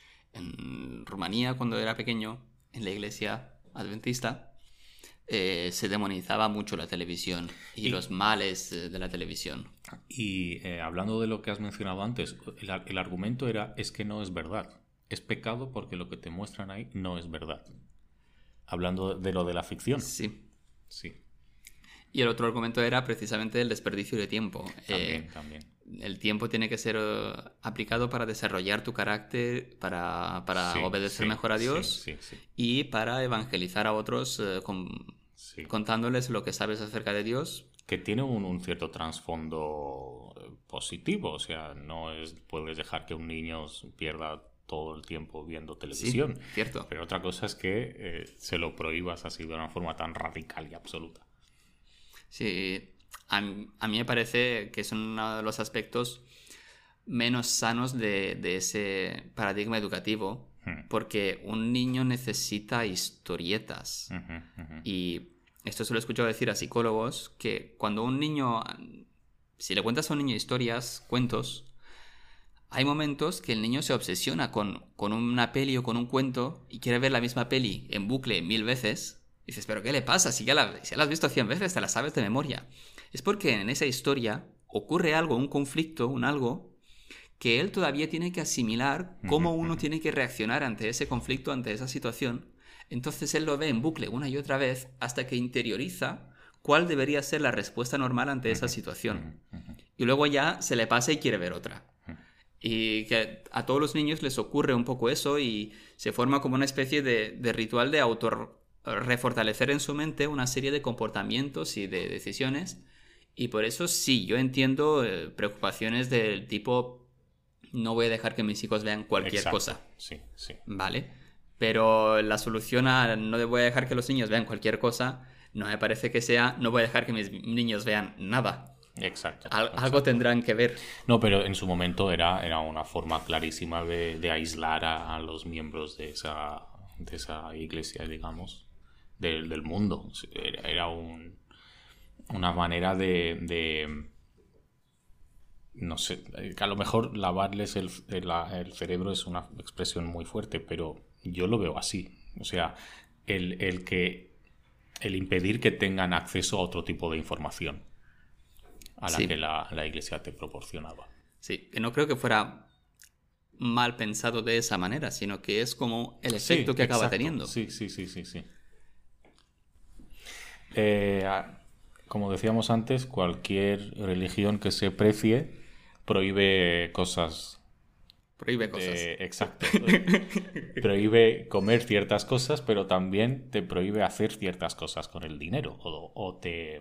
en Rumanía, cuando era pequeño, en la iglesia adventista, se demonizaba mucho la televisión y los males de la televisión. Y hablando de lo que has mencionado antes, el argumento es que no es verdad. Es pecado porque lo que te muestran ahí no es verdad. Hablando de lo de la ficción. Sí. Sí. Y el otro argumento era precisamente el desperdicio de tiempo. También. El tiempo tiene que ser aplicado para desarrollar tu carácter, para obedecer mejor a Dios y para evangelizar a otros contándoles lo que sabes acerca de Dios. Que tiene un cierto trasfondo positivo. O sea, puedes dejar que un niño pierda todo el tiempo viendo televisión. Sí, cierto. Pero otra cosa es que se lo prohíbas así de una forma tan radical y absoluta. Sí, a mí me parece que es uno de los aspectos menos sanos de ese paradigma educativo, porque un niño necesita historietas. Y esto se lo he escuchado decir a psicólogos, que cuando un niño, si le cuentas a un niño historias, cuentos, hay momentos que el niño se obsesiona con una peli o con un cuento y quiere ver la misma peli en bucle 1000 veces. Dices, ¿pero qué le pasa? Si ya la has visto 100 veces, te la sabes de memoria. Es porque en esa historia ocurre algo, un conflicto, un algo, que él todavía tiene que asimilar cómo uno tiene que reaccionar ante ese conflicto, ante esa situación. Entonces él lo ve en bucle una y otra vez hasta que interioriza cuál debería ser la respuesta normal ante esa situación. Y luego ya se le pasa y quiere ver otra. Y que a todos los niños les ocurre un poco eso y se forma como una especie de ritual de refortalecer en su mente una serie de comportamientos y de decisiones. Y por eso sí, yo entiendo preocupaciones del tipo: no voy a dejar que mis hijos vean cualquier cosa. Sí. ¿Vale? Pero la solución a no voy a dejar que los niños vean cualquier cosa no me parece que sea no voy a dejar que mis niños vean nada. Exacto. Algo tendrán que ver. No, pero en su momento era una forma clarísima de aislar a los miembros de esa iglesia, digamos, del mundo. Era una manera de no sé, que a lo mejor lavarles el cerebro es una expresión muy fuerte, pero yo lo veo así. O sea, el que el impedir que tengan acceso a otro tipo de información a la Sí. que la Iglesia te proporcionaba. Sí, que no creo que fuera mal pensado de esa manera, sino que es como el efecto que acaba exacto. teniendo. Sí. Como decíamos antes, cualquier religión que se precie prohíbe cosas. Prohíbe cosas. Exacto. Prohíbe comer ciertas cosas, pero también te prohíbe hacer ciertas cosas con el dinero. O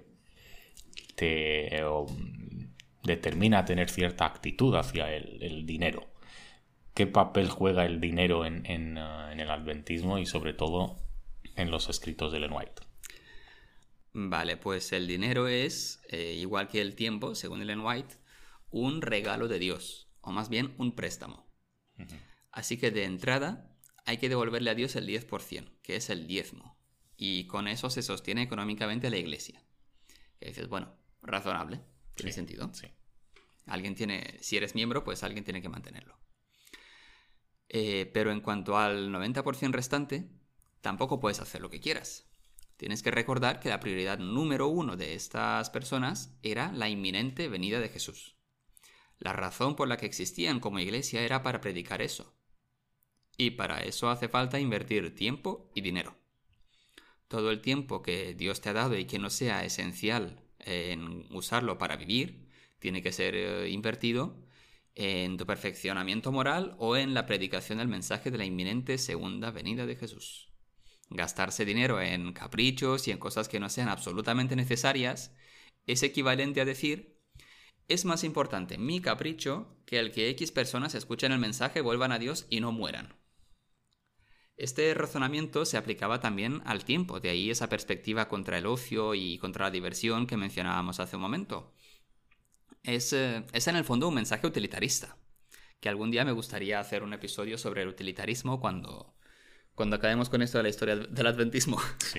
determina tener cierta actitud hacia el dinero. ¿Qué papel juega el dinero en el adventismo y sobre todo en los escritos de Ellen White? Vale, pues el dinero es, igual que el tiempo, según Ellen White, un regalo de Dios, o más bien un préstamo. Así que de entrada hay que devolverle a Dios el 10%, que es el diezmo. Y con eso se sostiene económicamente la iglesia. Que dices, bueno, razonable, tiene sentido. Sí. Si eres miembro, pues alguien tiene que mantenerlo. Pero en cuanto al 90% restante, tampoco puedes hacer lo que quieras. Tienes que recordar que la prioridad número 1 de estas personas era la inminente venida de Jesús. La razón por la que existían como iglesia era para predicar eso. Y para eso hace falta invertir tiempo y dinero. Todo el tiempo que Dios te ha dado y que no sea esencial en usarlo para vivir, tiene que ser invertido en tu perfeccionamiento moral o en la predicación del mensaje de la inminente segunda venida de Jesús. Gastarse dinero en caprichos y en cosas que no sean absolutamente necesarias es equivalente a decir: es más importante mi capricho que el que X personas escuchen el mensaje, vuelvan a Dios y no mueran. Este razonamiento se aplicaba también al tiempo, de ahí esa perspectiva contra el ocio y contra la diversión que mencionábamos hace un momento. Es en el fondo un mensaje utilitarista, que algún día me gustaría hacer un episodio sobre el utilitarismo cuando acabemos con esto de la historia del adventismo. Sí.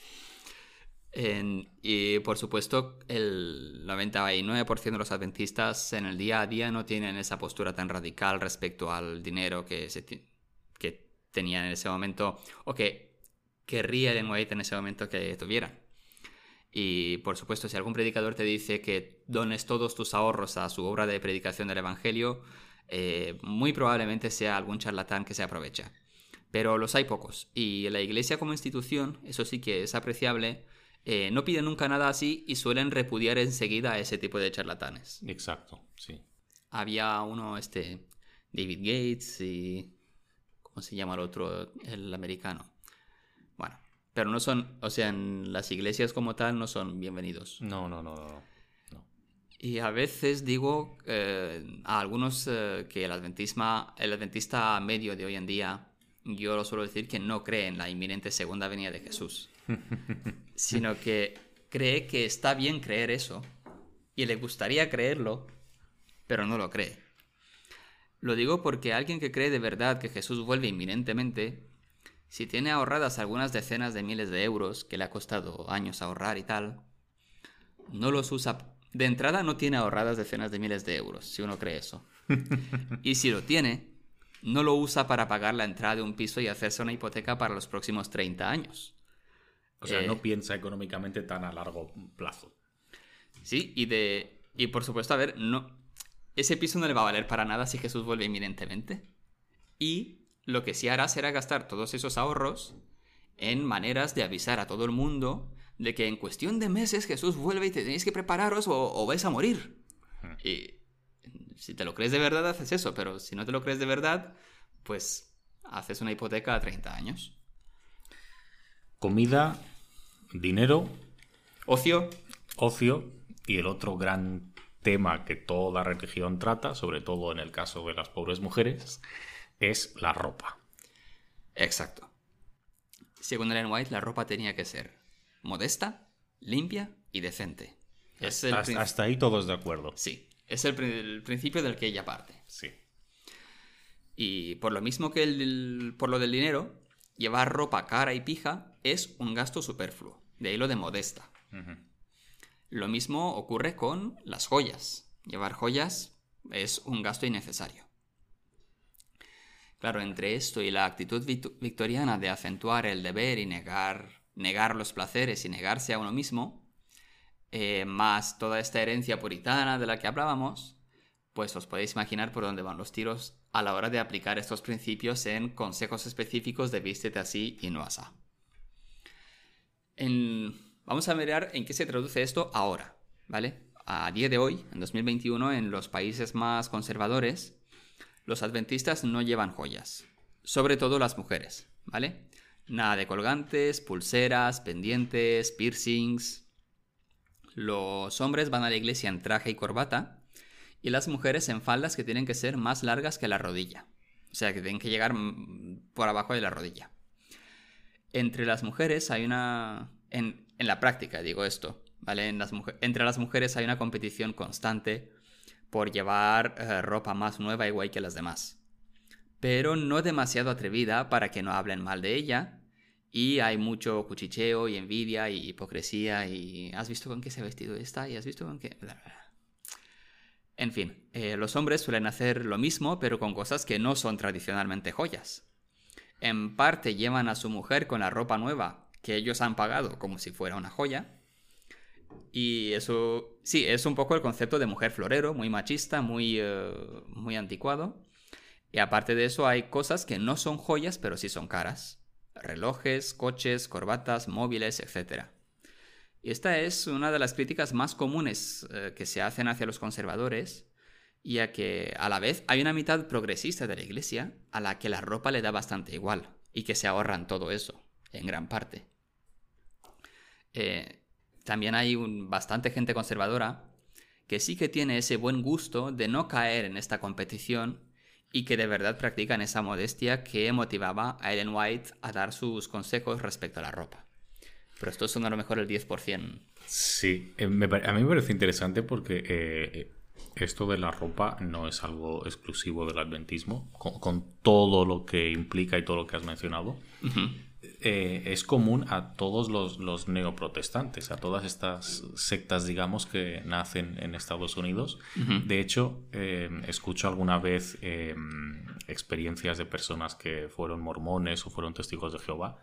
Y por supuesto, el 99% de los adventistas en el día a día no tienen esa postura tan radical respecto al dinero que tenían en ese momento, o que querría Ellen White en ese momento que tuvieran. Y por supuesto, si algún predicador te dice que dones todos tus ahorros a su obra de predicación del evangelio, muy probablemente sea algún charlatán que se aprovecha. Pero los hay pocos, y la iglesia como institución, eso sí que es apreciable, no piden nunca nada así y suelen repudiar enseguida a ese tipo de charlatanes. Exacto, sí. Había uno, David Gates y... ¿cómo se llama el otro? El americano. Bueno, pero no son, o sea, en las iglesias como tal no son bienvenidos. No. Y a veces digo a algunos que el adventista medio de hoy en día, yo lo suelo decir que no cree en la inminente segunda venida de Jesús, sino que cree que está bien creer eso y le gustaría creerlo, pero no lo cree. Lo digo porque alguien que cree de verdad que Jesús vuelve inminentemente, si tiene ahorradas algunas decenas de miles de euros que le ha costado años ahorrar y tal, no los usa. De entrada no tiene ahorradas decenas de miles de euros, si uno cree eso. Y si lo tiene, no lo usa para pagar la entrada de un piso y hacerse una hipoteca para los próximos 30 años. O sea, no piensa económicamente tan a largo plazo. Sí, y por supuesto, a ver, ese piso no le va a valer para nada si Jesús vuelve inminentemente. Y lo que sí hará será gastar todos esos ahorros en maneras de avisar a todo el mundo de que en cuestión de meses Jesús vuelve y tenéis que prepararos o vais a morir. Y si te lo crees de verdad, haces eso, pero si no te lo crees de verdad, pues haces una hipoteca a 30 años. Comida, dinero, Ocio. Y el otro gran tema que toda religión trata, sobre todo en el caso de las pobres mujeres, es la ropa. Exacto. Según Ellen White, la ropa tenía que ser modesta, limpia y decente. Hasta ahí todos de acuerdo. Sí, es el principio del que ella parte. Sí. Y por lo mismo que por lo del dinero, llevar ropa cara y pija es un gasto superfluo. De ahí lo de modesta. Uh-huh. Lo mismo ocurre con las joyas. Llevar joyas es un gasto innecesario. Claro, entre esto y la actitud victoriana de acentuar el deber y negar negar los placeres y negarse a uno mismo, más toda esta herencia puritana de la que hablábamos, pues os podéis imaginar por dónde van los tiros a la hora de aplicar estos principios en consejos específicos de vístete así y no asá. Vamos a mirar en qué se traduce esto ahora, ¿vale? A día de hoy, en 2021, en los países más conservadores, los adventistas no llevan joyas, sobre todo las mujeres, ¿vale? Nada de colgantes, pulseras, pendientes, piercings. Los hombres van a la iglesia en traje y corbata y las mujeres en faldas que tienen que ser más largas que la rodilla. O sea, que tienen que llegar por abajo de la rodilla. Entre las mujeres hay una... En la práctica digo esto, ¿vale? Entre las mujeres hay una competición constante por llevar ropa más nueva igual que las demás. Pero no demasiado atrevida para que no hablen mal de ella. Y hay mucho cuchicheo y envidia y hipocresía y ¿has visto con qué se ha vestido esta? ¿Y has visto con qué...? En fin, los hombres suelen hacer lo mismo pero con cosas que no son tradicionalmente joyas. En parte llevan a su mujer con la ropa nueva que ellos han pagado como si fuera una joya. Y eso, sí, es un poco el concepto de mujer florero, muy machista, muy anticuado. Y aparte de eso hay cosas que no son joyas pero sí son caras. Relojes, coches, corbatas, móviles, etc. Y esta es una de las críticas más comunes que se hacen hacia los conservadores, ya que a la vez hay una mitad progresista de la iglesia a la que la ropa le da bastante igual y que se ahorran todo eso, en gran parte. También hay bastante gente conservadora que sí que tiene ese buen gusto de no caer en esta competición y que de verdad practican esa modestia que motivaba a Ellen White a dar sus consejos respecto a la ropa. Pero esto son a lo mejor el 10%. Sí, a mí me parece interesante porque esto de la ropa no es algo exclusivo del adventismo, con todo lo que implica y todo lo que has mencionado. Uh-huh. Es común a todos los neoprotestantes, a todas estas sectas, digamos, que nacen en Estados Unidos. Uh-huh. De hecho, escucho alguna vez experiencias de personas que fueron mormones o fueron testigos de Jehová.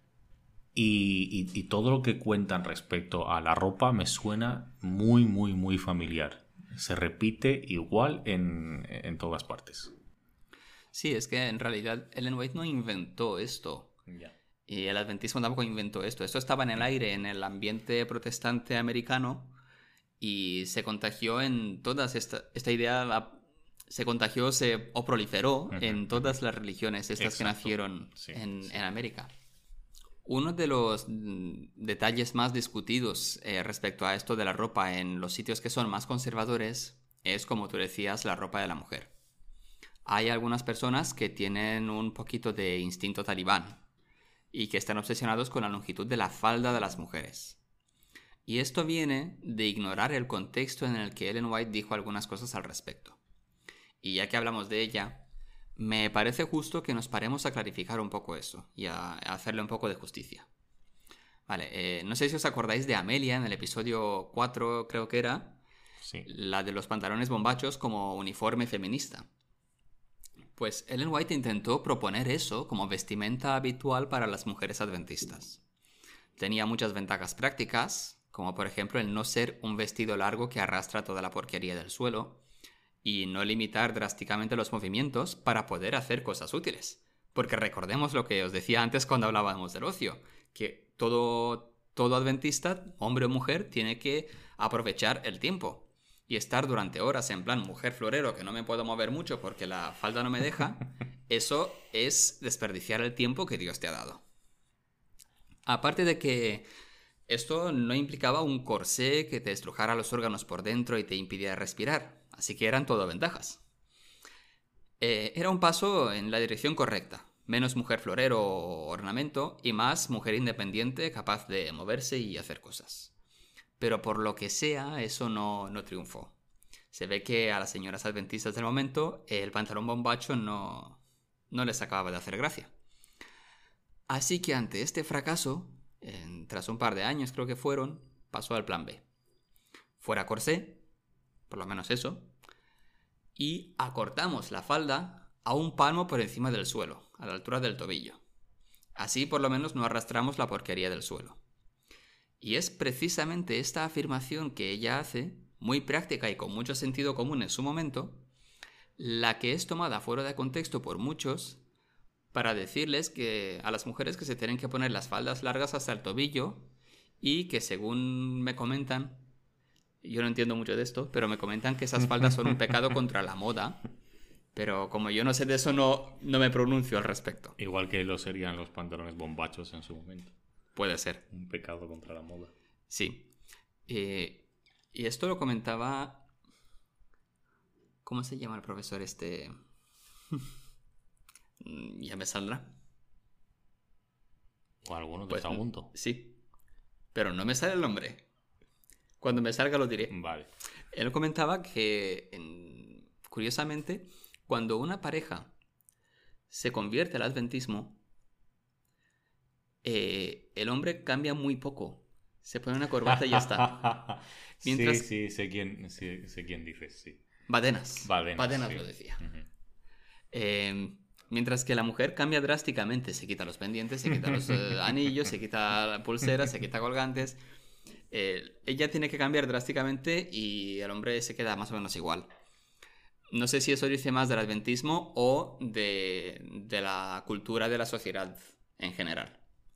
Y todo lo que cuentan respecto a la ropa me suena muy, muy, muy familiar. Se repite igual en todas partes. Sí, es que en realidad Ellen White no inventó esto. Yeah. Y el adventismo tampoco inventó esto. Esto estaba en el aire, en el ambiente protestante americano, y se contagió en todas esta idea... Se contagió, o proliferó uh-huh. en todas las religiones estas que nacieron en América. Uno de los detalles más discutidos respecto a esto de la ropa en los sitios que son más conservadores es, como tú decías, la ropa de la mujer. Hay algunas personas que tienen un poquito de instinto talibán y que están obsesionados con la longitud de la falda de las mujeres. Y esto viene de ignorar el contexto en el que Ellen White dijo algunas cosas al respecto. Y ya que hablamos de ella, me parece justo que nos paremos a clarificar un poco eso y a hacerle un poco de justicia. Vale, no sé si os acordáis de Amelia en el episodio 4, creo que era. Sí. La de los pantalones bombachos como uniforme feminista. Pues Ellen White intentó proponer eso como vestimenta habitual para las mujeres adventistas. Tenía muchas ventajas prácticas, como por ejemplo el no ser un vestido largo que arrastra toda la porquería del suelo, y no limitar drásticamente los movimientos para poder hacer cosas útiles. Porque recordemos lo que os decía antes cuando hablábamos del ocio, que todo adventista, hombre o mujer, tiene que aprovechar el tiempo y estar durante horas en plan mujer florero que no me puedo mover mucho porque la falda no me deja. Eso es desperdiciar el tiempo que Dios te ha dado. Aparte de que esto no implicaba un corsé que te estrujara los órganos por dentro y te impidiera respirar. Así que eran todo ventajas. Era un paso en la dirección correcta. Menos mujer florero o ornamento y más mujer independiente capaz de moverse y hacer cosas. Pero por lo que sea, eso no triunfó. Se ve que a las señoras adventistas del momento el pantalón bombacho no les acababa de hacer gracia. Así que ante este fracaso, tras un par de años creo que fueron, pasó al plan B. Fuera corsé, por lo menos eso, y acortamos la falda a un palmo por encima del suelo, a la altura del tobillo. Así por lo menos no arrastramos la porquería del suelo. Y es precisamente esta afirmación que ella hace, muy práctica y con mucho sentido común en su momento, la que es tomada fuera de contexto por muchos para decirles que a las mujeres que se tienen que poner las faldas largas hasta el tobillo y que según me comentan, yo no entiendo mucho de esto, pero me comentan que esas faldas son un pecado contra la moda, pero como yo no sé de eso no me pronuncio al respecto. Igual que lo serían los pantalones bombachos en su momento. Puede ser. Un pecado contra la moda. Sí. Y esto lo comentaba... ¿Cómo se llama el profesor este? Ya me saldrá. O alguno de Pues, Sagunto. sí. Pero no me sale el nombre. Cuando me salga lo diré. Vale. Él comentaba que, curiosamente, cuando una pareja se convierte al adventismo, el hombre cambia muy poco. Se pone una corbata y ya está. Mientras... Sí, sé quién dices, sí. Badenas Sí. lo decía. Mientras que la mujer cambia drásticamente. Se quita los pendientes, se quita los anillos, se quita pulseras, se quita colgantes. Ella tiene que cambiar drásticamente y el hombre se queda más o menos igual. No sé si eso dice más del adventismo o de la cultura de la sociedad en general.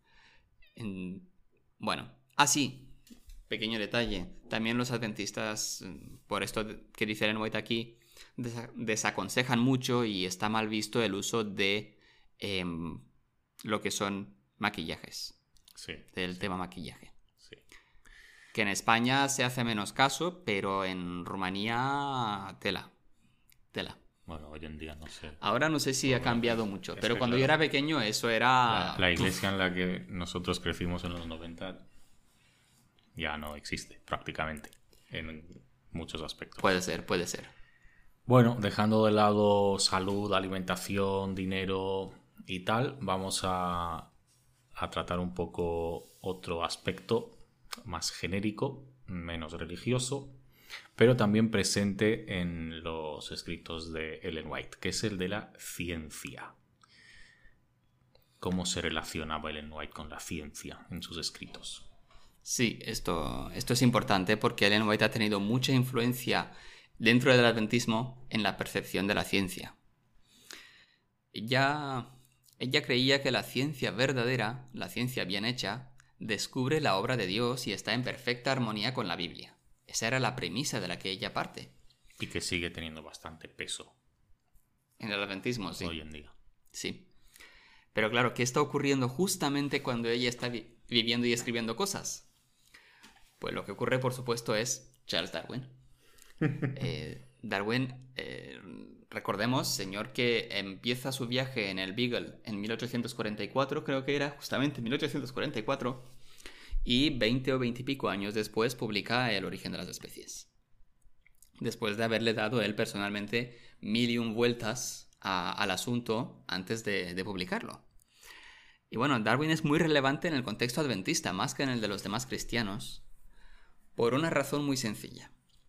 Bueno, sí, pequeño detalle. También los adventistas, por esto que dice Ellen White aquí, desaconsejan mucho y está mal visto el uso de lo que son maquillajes. Sí. Del tema maquillaje. Sí. Que en España se hace menos caso, pero en Rumanía, tela. Bueno, hoy en día no sé. Ahora no sé si ha cambiado mucho, pero cuando yo era pequeño eso era... La iglesia en la que nosotros crecimos en los 90 ya no existe prácticamente en muchos aspectos. Puede ser. Bueno, dejando de lado salud, alimentación, dinero y tal, vamos a tratar un poco otro aspecto más genérico, menos religioso, pero también presente en los escritos de Ellen White, que es el de la ciencia. ¿Cómo se relacionaba Ellen White con la ciencia en sus escritos? Sí, esto es importante porque Ellen White ha tenido mucha influencia dentro del adventismo en la percepción de la ciencia. Ella creía que la ciencia verdadera, la ciencia bien hecha, descubre la obra de Dios y está en perfecta armonía con la Biblia. Esa era la premisa de la que ella parte. Y que sigue teniendo bastante peso. En el adventismo, sí. Hoy en día. Sí. Pero claro, ¿qué está ocurriendo justamente cuando ella está viviendo y escribiendo cosas? Pues lo que ocurre, por supuesto, es Charles Darwin. Darwin, recordemos, señor que empieza su viaje en el Beagle en 1844, creo que era justamente 1844, y 20 o 20 y pico años después publica El origen de las especies. Después de haberle dado él personalmente 1001 vueltas al asunto antes de publicarlo. Y bueno, Darwin es muy relevante en el contexto adventista, más que en el de los demás cristianos, por una razón muy sencilla.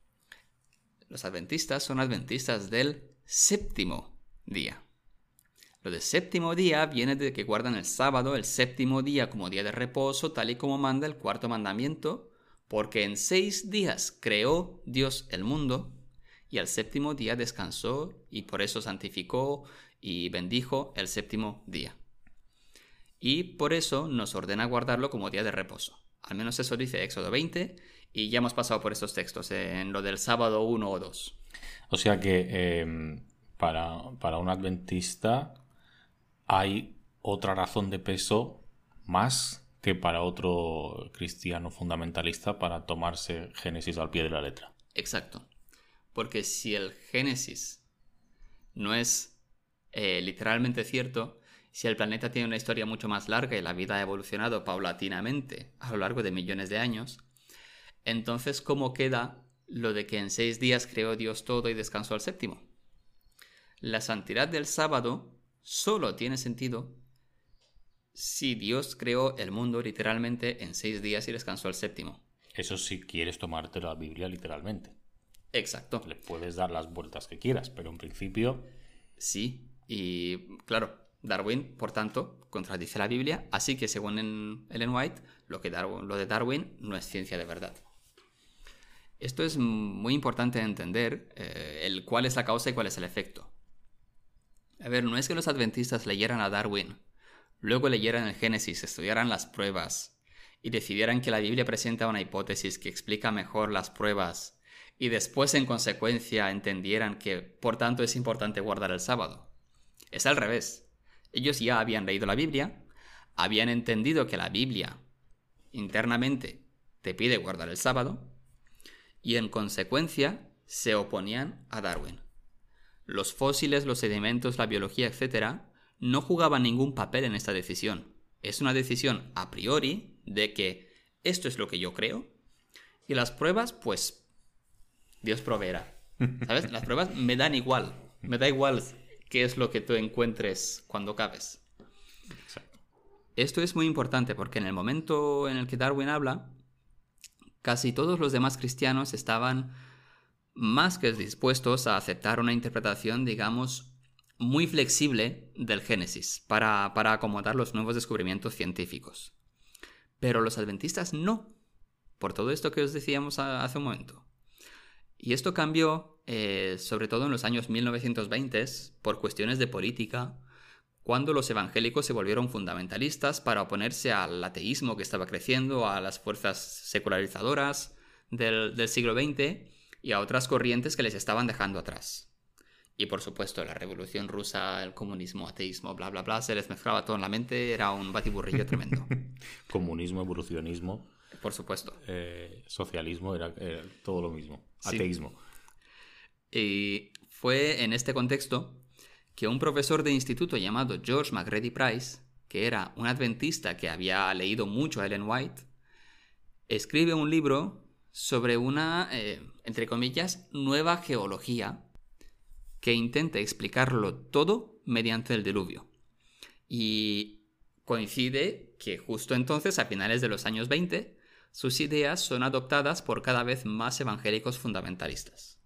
Los adventistas son adventistas del séptimo día. Lo de séptimo día viene de que guardan el sábado, el séptimo día, como día de reposo, tal y como manda el cuarto mandamiento, porque en 6 días creó Dios el mundo y al séptimo día descansó y por eso santificó y bendijo el séptimo día. Y por eso nos ordena guardarlo como día de reposo. Al menos eso dice Éxodo 20 y ya hemos pasado por estos textos en lo del sábado 1 o 2. O sea que para un adventista hay otra razón de peso más que para otro cristiano fundamentalista para tomarse Génesis al pie de la letra. Exacto. Porque si el Génesis no es literalmente cierto, si el planeta tiene una historia mucho más larga y la vida ha evolucionado paulatinamente a lo largo de millones de años, entonces ¿cómo queda lo de que en 6 días creó Dios todo y descansó al séptimo? La santidad del sábado solo tiene sentido si Dios creó el mundo literalmente en 6 días y descansó al séptimo. Eso si quieres tomarte la Biblia literalmente. Exacto. Le puedes dar las vueltas que quieras, pero en principio... Sí, y claro, Darwin, por tanto, contradice la Biblia, así que según Ellen White, lo de Darwin no es ciencia de verdad. Esto es muy importante entender, cuál es la causa y cuál es el efecto. A ver, no es que los adventistas leyeran a Darwin, luego leyeran el Génesis, estudiaran las pruebas y decidieran que la Biblia presenta una hipótesis que explica mejor las pruebas y después, en consecuencia, entendieran que, por tanto, es importante guardar el sábado. Es al revés. Ellos ya habían leído la Biblia, habían entendido que la Biblia internamente te pide guardar el sábado y, en consecuencia, se oponían a Darwin. Los fósiles, los sedimentos, la biología, etc., no jugaban ningún papel en esta decisión. Es una decisión a priori de que esto es lo que yo creo y las pruebas, pues, Dios proveerá. ¿Sabes? Las pruebas me dan igual. Me da igual qué es lo que tú encuentres cuando acabes. Exacto. Esto es muy importante porque en el momento en el que Darwin habla, casi todos los demás cristianos estaban más que dispuestos a aceptar una interpretación, digamos, muy flexible del Génesis para acomodar los nuevos descubrimientos científicos. Pero los adventistas no, por todo esto que os decíamos hace un momento. Y esto cambió, sobre todo en los años 1920, por cuestiones de política, cuando los evangélicos se volvieron fundamentalistas para oponerse al ateísmo que estaba creciendo, a las fuerzas secularizadoras del siglo XX y a otras corrientes que les estaban dejando atrás. Y por supuesto, la revolución rusa, el comunismo, ateísmo, bla, bla, bla, se les mezclaba todo en la mente, era un batiburrillo tremendo. Comunismo, evolucionismo. Por supuesto. Socialismo, era todo lo mismo. Sí. Ateísmo. Y fue en este contexto que un profesor de instituto llamado George McGrady Price, que era un adventista que había leído mucho a Ellen White, escribe un libro sobre una, entre comillas, nueva geología que intenta explicarlo todo mediante el diluvio. Y coincide que justo entonces, a finales de los años 20, sus ideas son adoptadas por cada vez más evangélicos fundamentalistas.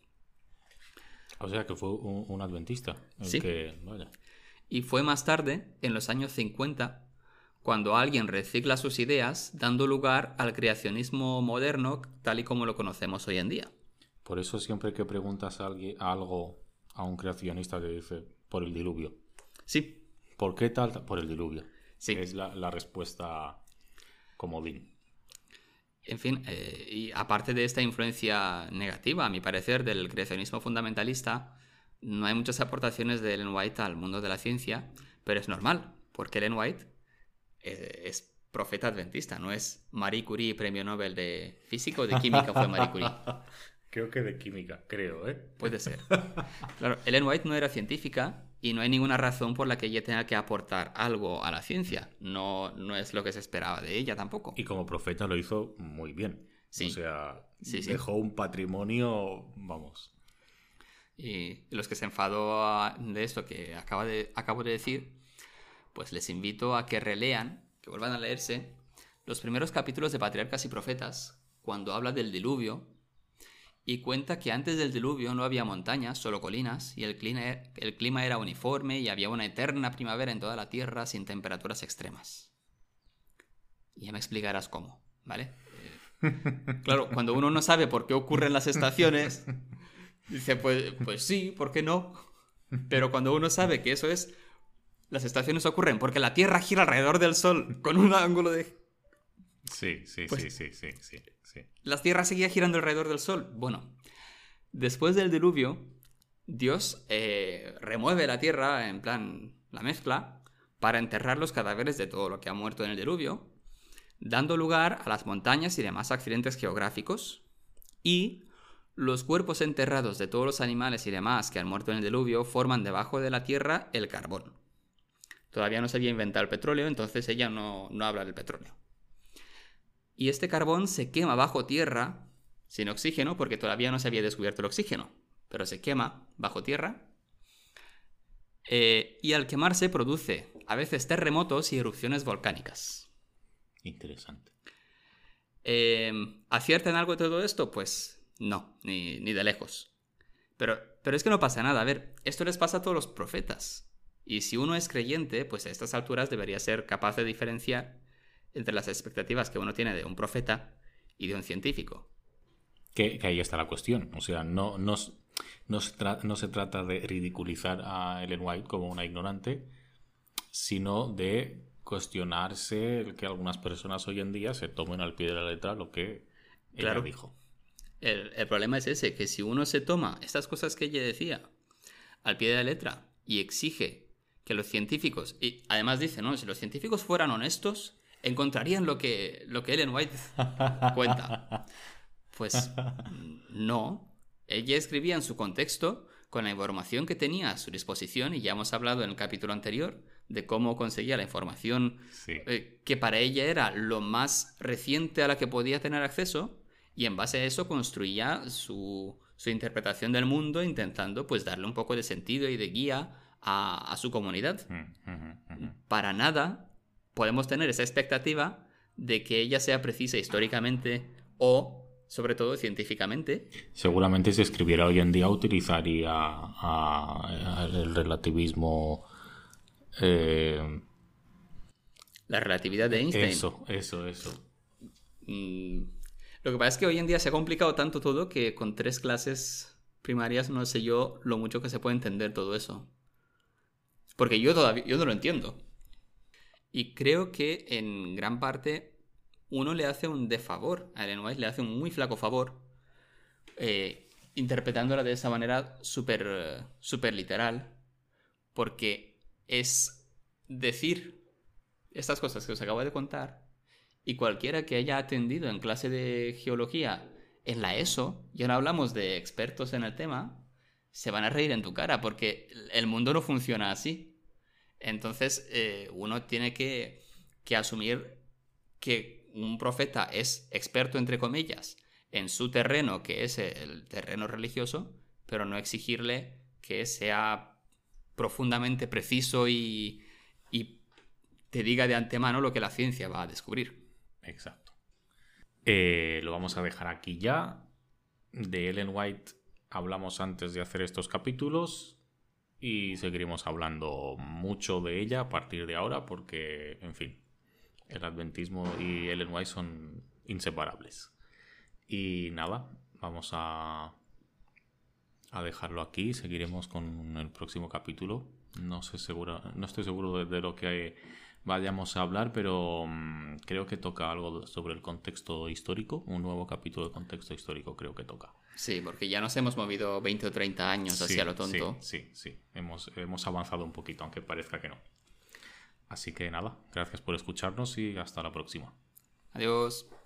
O sea que fue un adventista. Sí. Vaya. Y fue más tarde, en los años 50, cuando alguien recicla sus ideas, dando lugar al creacionismo moderno tal y como lo conocemos hoy en día. Por eso siempre que preguntas algo a un creacionista te dice por el diluvio. Sí. ¿Por qué tal? Por el diluvio. Sí. Es la respuesta comodín. En fin, y aparte de esta influencia negativa, a mi parecer, del creacionismo fundamentalista, no hay muchas aportaciones de Ellen White al mundo de la ciencia, pero es normal, porque Ellen White es profeta adventista, no es Marie Curie, premio Nobel de física o de química fue Marie Curie. Creo que de química, creo, ¿eh? Puede ser. Claro, Ellen White no era científica y no hay ninguna razón por la que ella tenga que aportar algo a la ciencia. No es lo que se esperaba de ella tampoco. Y como profeta lo hizo muy bien. Sí. O sea, sí. dejó un patrimonio, vamos. Y los que se enfadó de esto que acabo de decir, pues les invito a que relean, que vuelvan a leerse los primeros capítulos de Patriarcas y Profetas, cuando habla del diluvio, y cuenta que antes del diluvio no había montañas, solo colinas, y el clima era uniforme y había una eterna primavera en toda la tierra sin temperaturas extremas. Y ya me explicarás cómo, ¿vale? Claro, cuando uno no sabe por qué ocurren las estaciones, dice, pues sí, ¿por qué no? Pero cuando uno sabe que eso es... Las estaciones ocurren porque la Tierra gira alrededor del Sol con un ángulo de... Sí. La Tierra seguía girando alrededor del Sol. Bueno, después del diluvio, Dios remueve la Tierra, en plan, la mezcla, para enterrar los cadáveres de todo lo que ha muerto en el diluvio, dando lugar a las montañas y demás accidentes geográficos, y los cuerpos enterrados de todos los animales y demás que han muerto en el diluvio forman debajo de la Tierra el carbón. Todavía no se había inventado el petróleo, entonces ella no habla del petróleo. Y este carbón se quema bajo tierra, sin oxígeno, porque todavía no se había descubierto el oxígeno, pero se quema bajo tierra. Y al quemarse produce a veces terremotos y erupciones volcánicas. Interesante. ¿Aciertan algo de todo esto? Pues no, ni de lejos. Pero es que no pasa nada. A ver, esto les pasa a todos los profetas. Y si uno es creyente, pues a estas alturas debería ser capaz de diferenciar entre las expectativas que uno tiene de un profeta y de un científico. Que ahí está la cuestión. O sea, no se trata de ridiculizar a Ellen White como una ignorante, sino de cuestionarse el que algunas personas hoy en día se tomen al pie de la letra lo que ella dijo. El problema es ese, que si uno se toma estas cosas que ella decía al pie de la letra y exige que los científicos, y además dice, no, si los científicos fueran honestos, encontrarían lo que Ellen White cuenta. Pues no. Ella escribía en su contexto con la información que tenía a su disposición, y ya hemos hablado en el capítulo anterior de cómo conseguía la información que para ella era lo más reciente a la que podía tener acceso, y en base a eso construía su interpretación del mundo, intentando pues darle un poco de sentido y de guía a su comunidad. Para nada podemos tener esa expectativa de que ella sea precisa históricamente o, sobre todo, científicamente. Seguramente si escribiera hoy en día utilizaría el relativismo... la relatividad de Einstein. Eso. Lo que pasa es que hoy en día se ha complicado tanto todo que con 3 clases primarias no sé yo lo mucho que se puede entender todo eso. Porque yo no lo entiendo. Y creo que en gran parte uno le hace un desfavor a Ellen White, le hace un muy flaco favor, interpretándola de esa manera súper literal, porque es decir estas cosas que os acabo de contar, y cualquiera que haya atendido en clase de geología en la ESO, y ahora hablamos de expertos en el tema, se van a reír en tu cara, porque el mundo no funciona así. Entonces uno tiene que asumir que un profeta es experto, entre comillas, en su terreno, que es el terreno religioso, pero no exigirle que sea profundamente preciso y te diga de antemano lo que la ciencia va a descubrir. Exacto. Lo vamos a dejar aquí ya. De Ellen White hablamos antes de hacer estos capítulos y seguiremos hablando mucho de ella a partir de ahora porque, en fin, el adventismo y Ellen White son inseparables. Y nada, vamos a dejarlo aquí. Seguiremos con el próximo capítulo. No estoy seguro de lo que vayamos a hablar, pero creo que toca algo sobre el contexto histórico. Un nuevo capítulo de contexto histórico creo que toca. Sí, porque ya nos hemos movido 20 o 30 años hacia lo tonto. Sí. Hemos avanzado un poquito, aunque parezca que no. Así que nada, gracias por escucharnos y hasta la próxima. Adiós.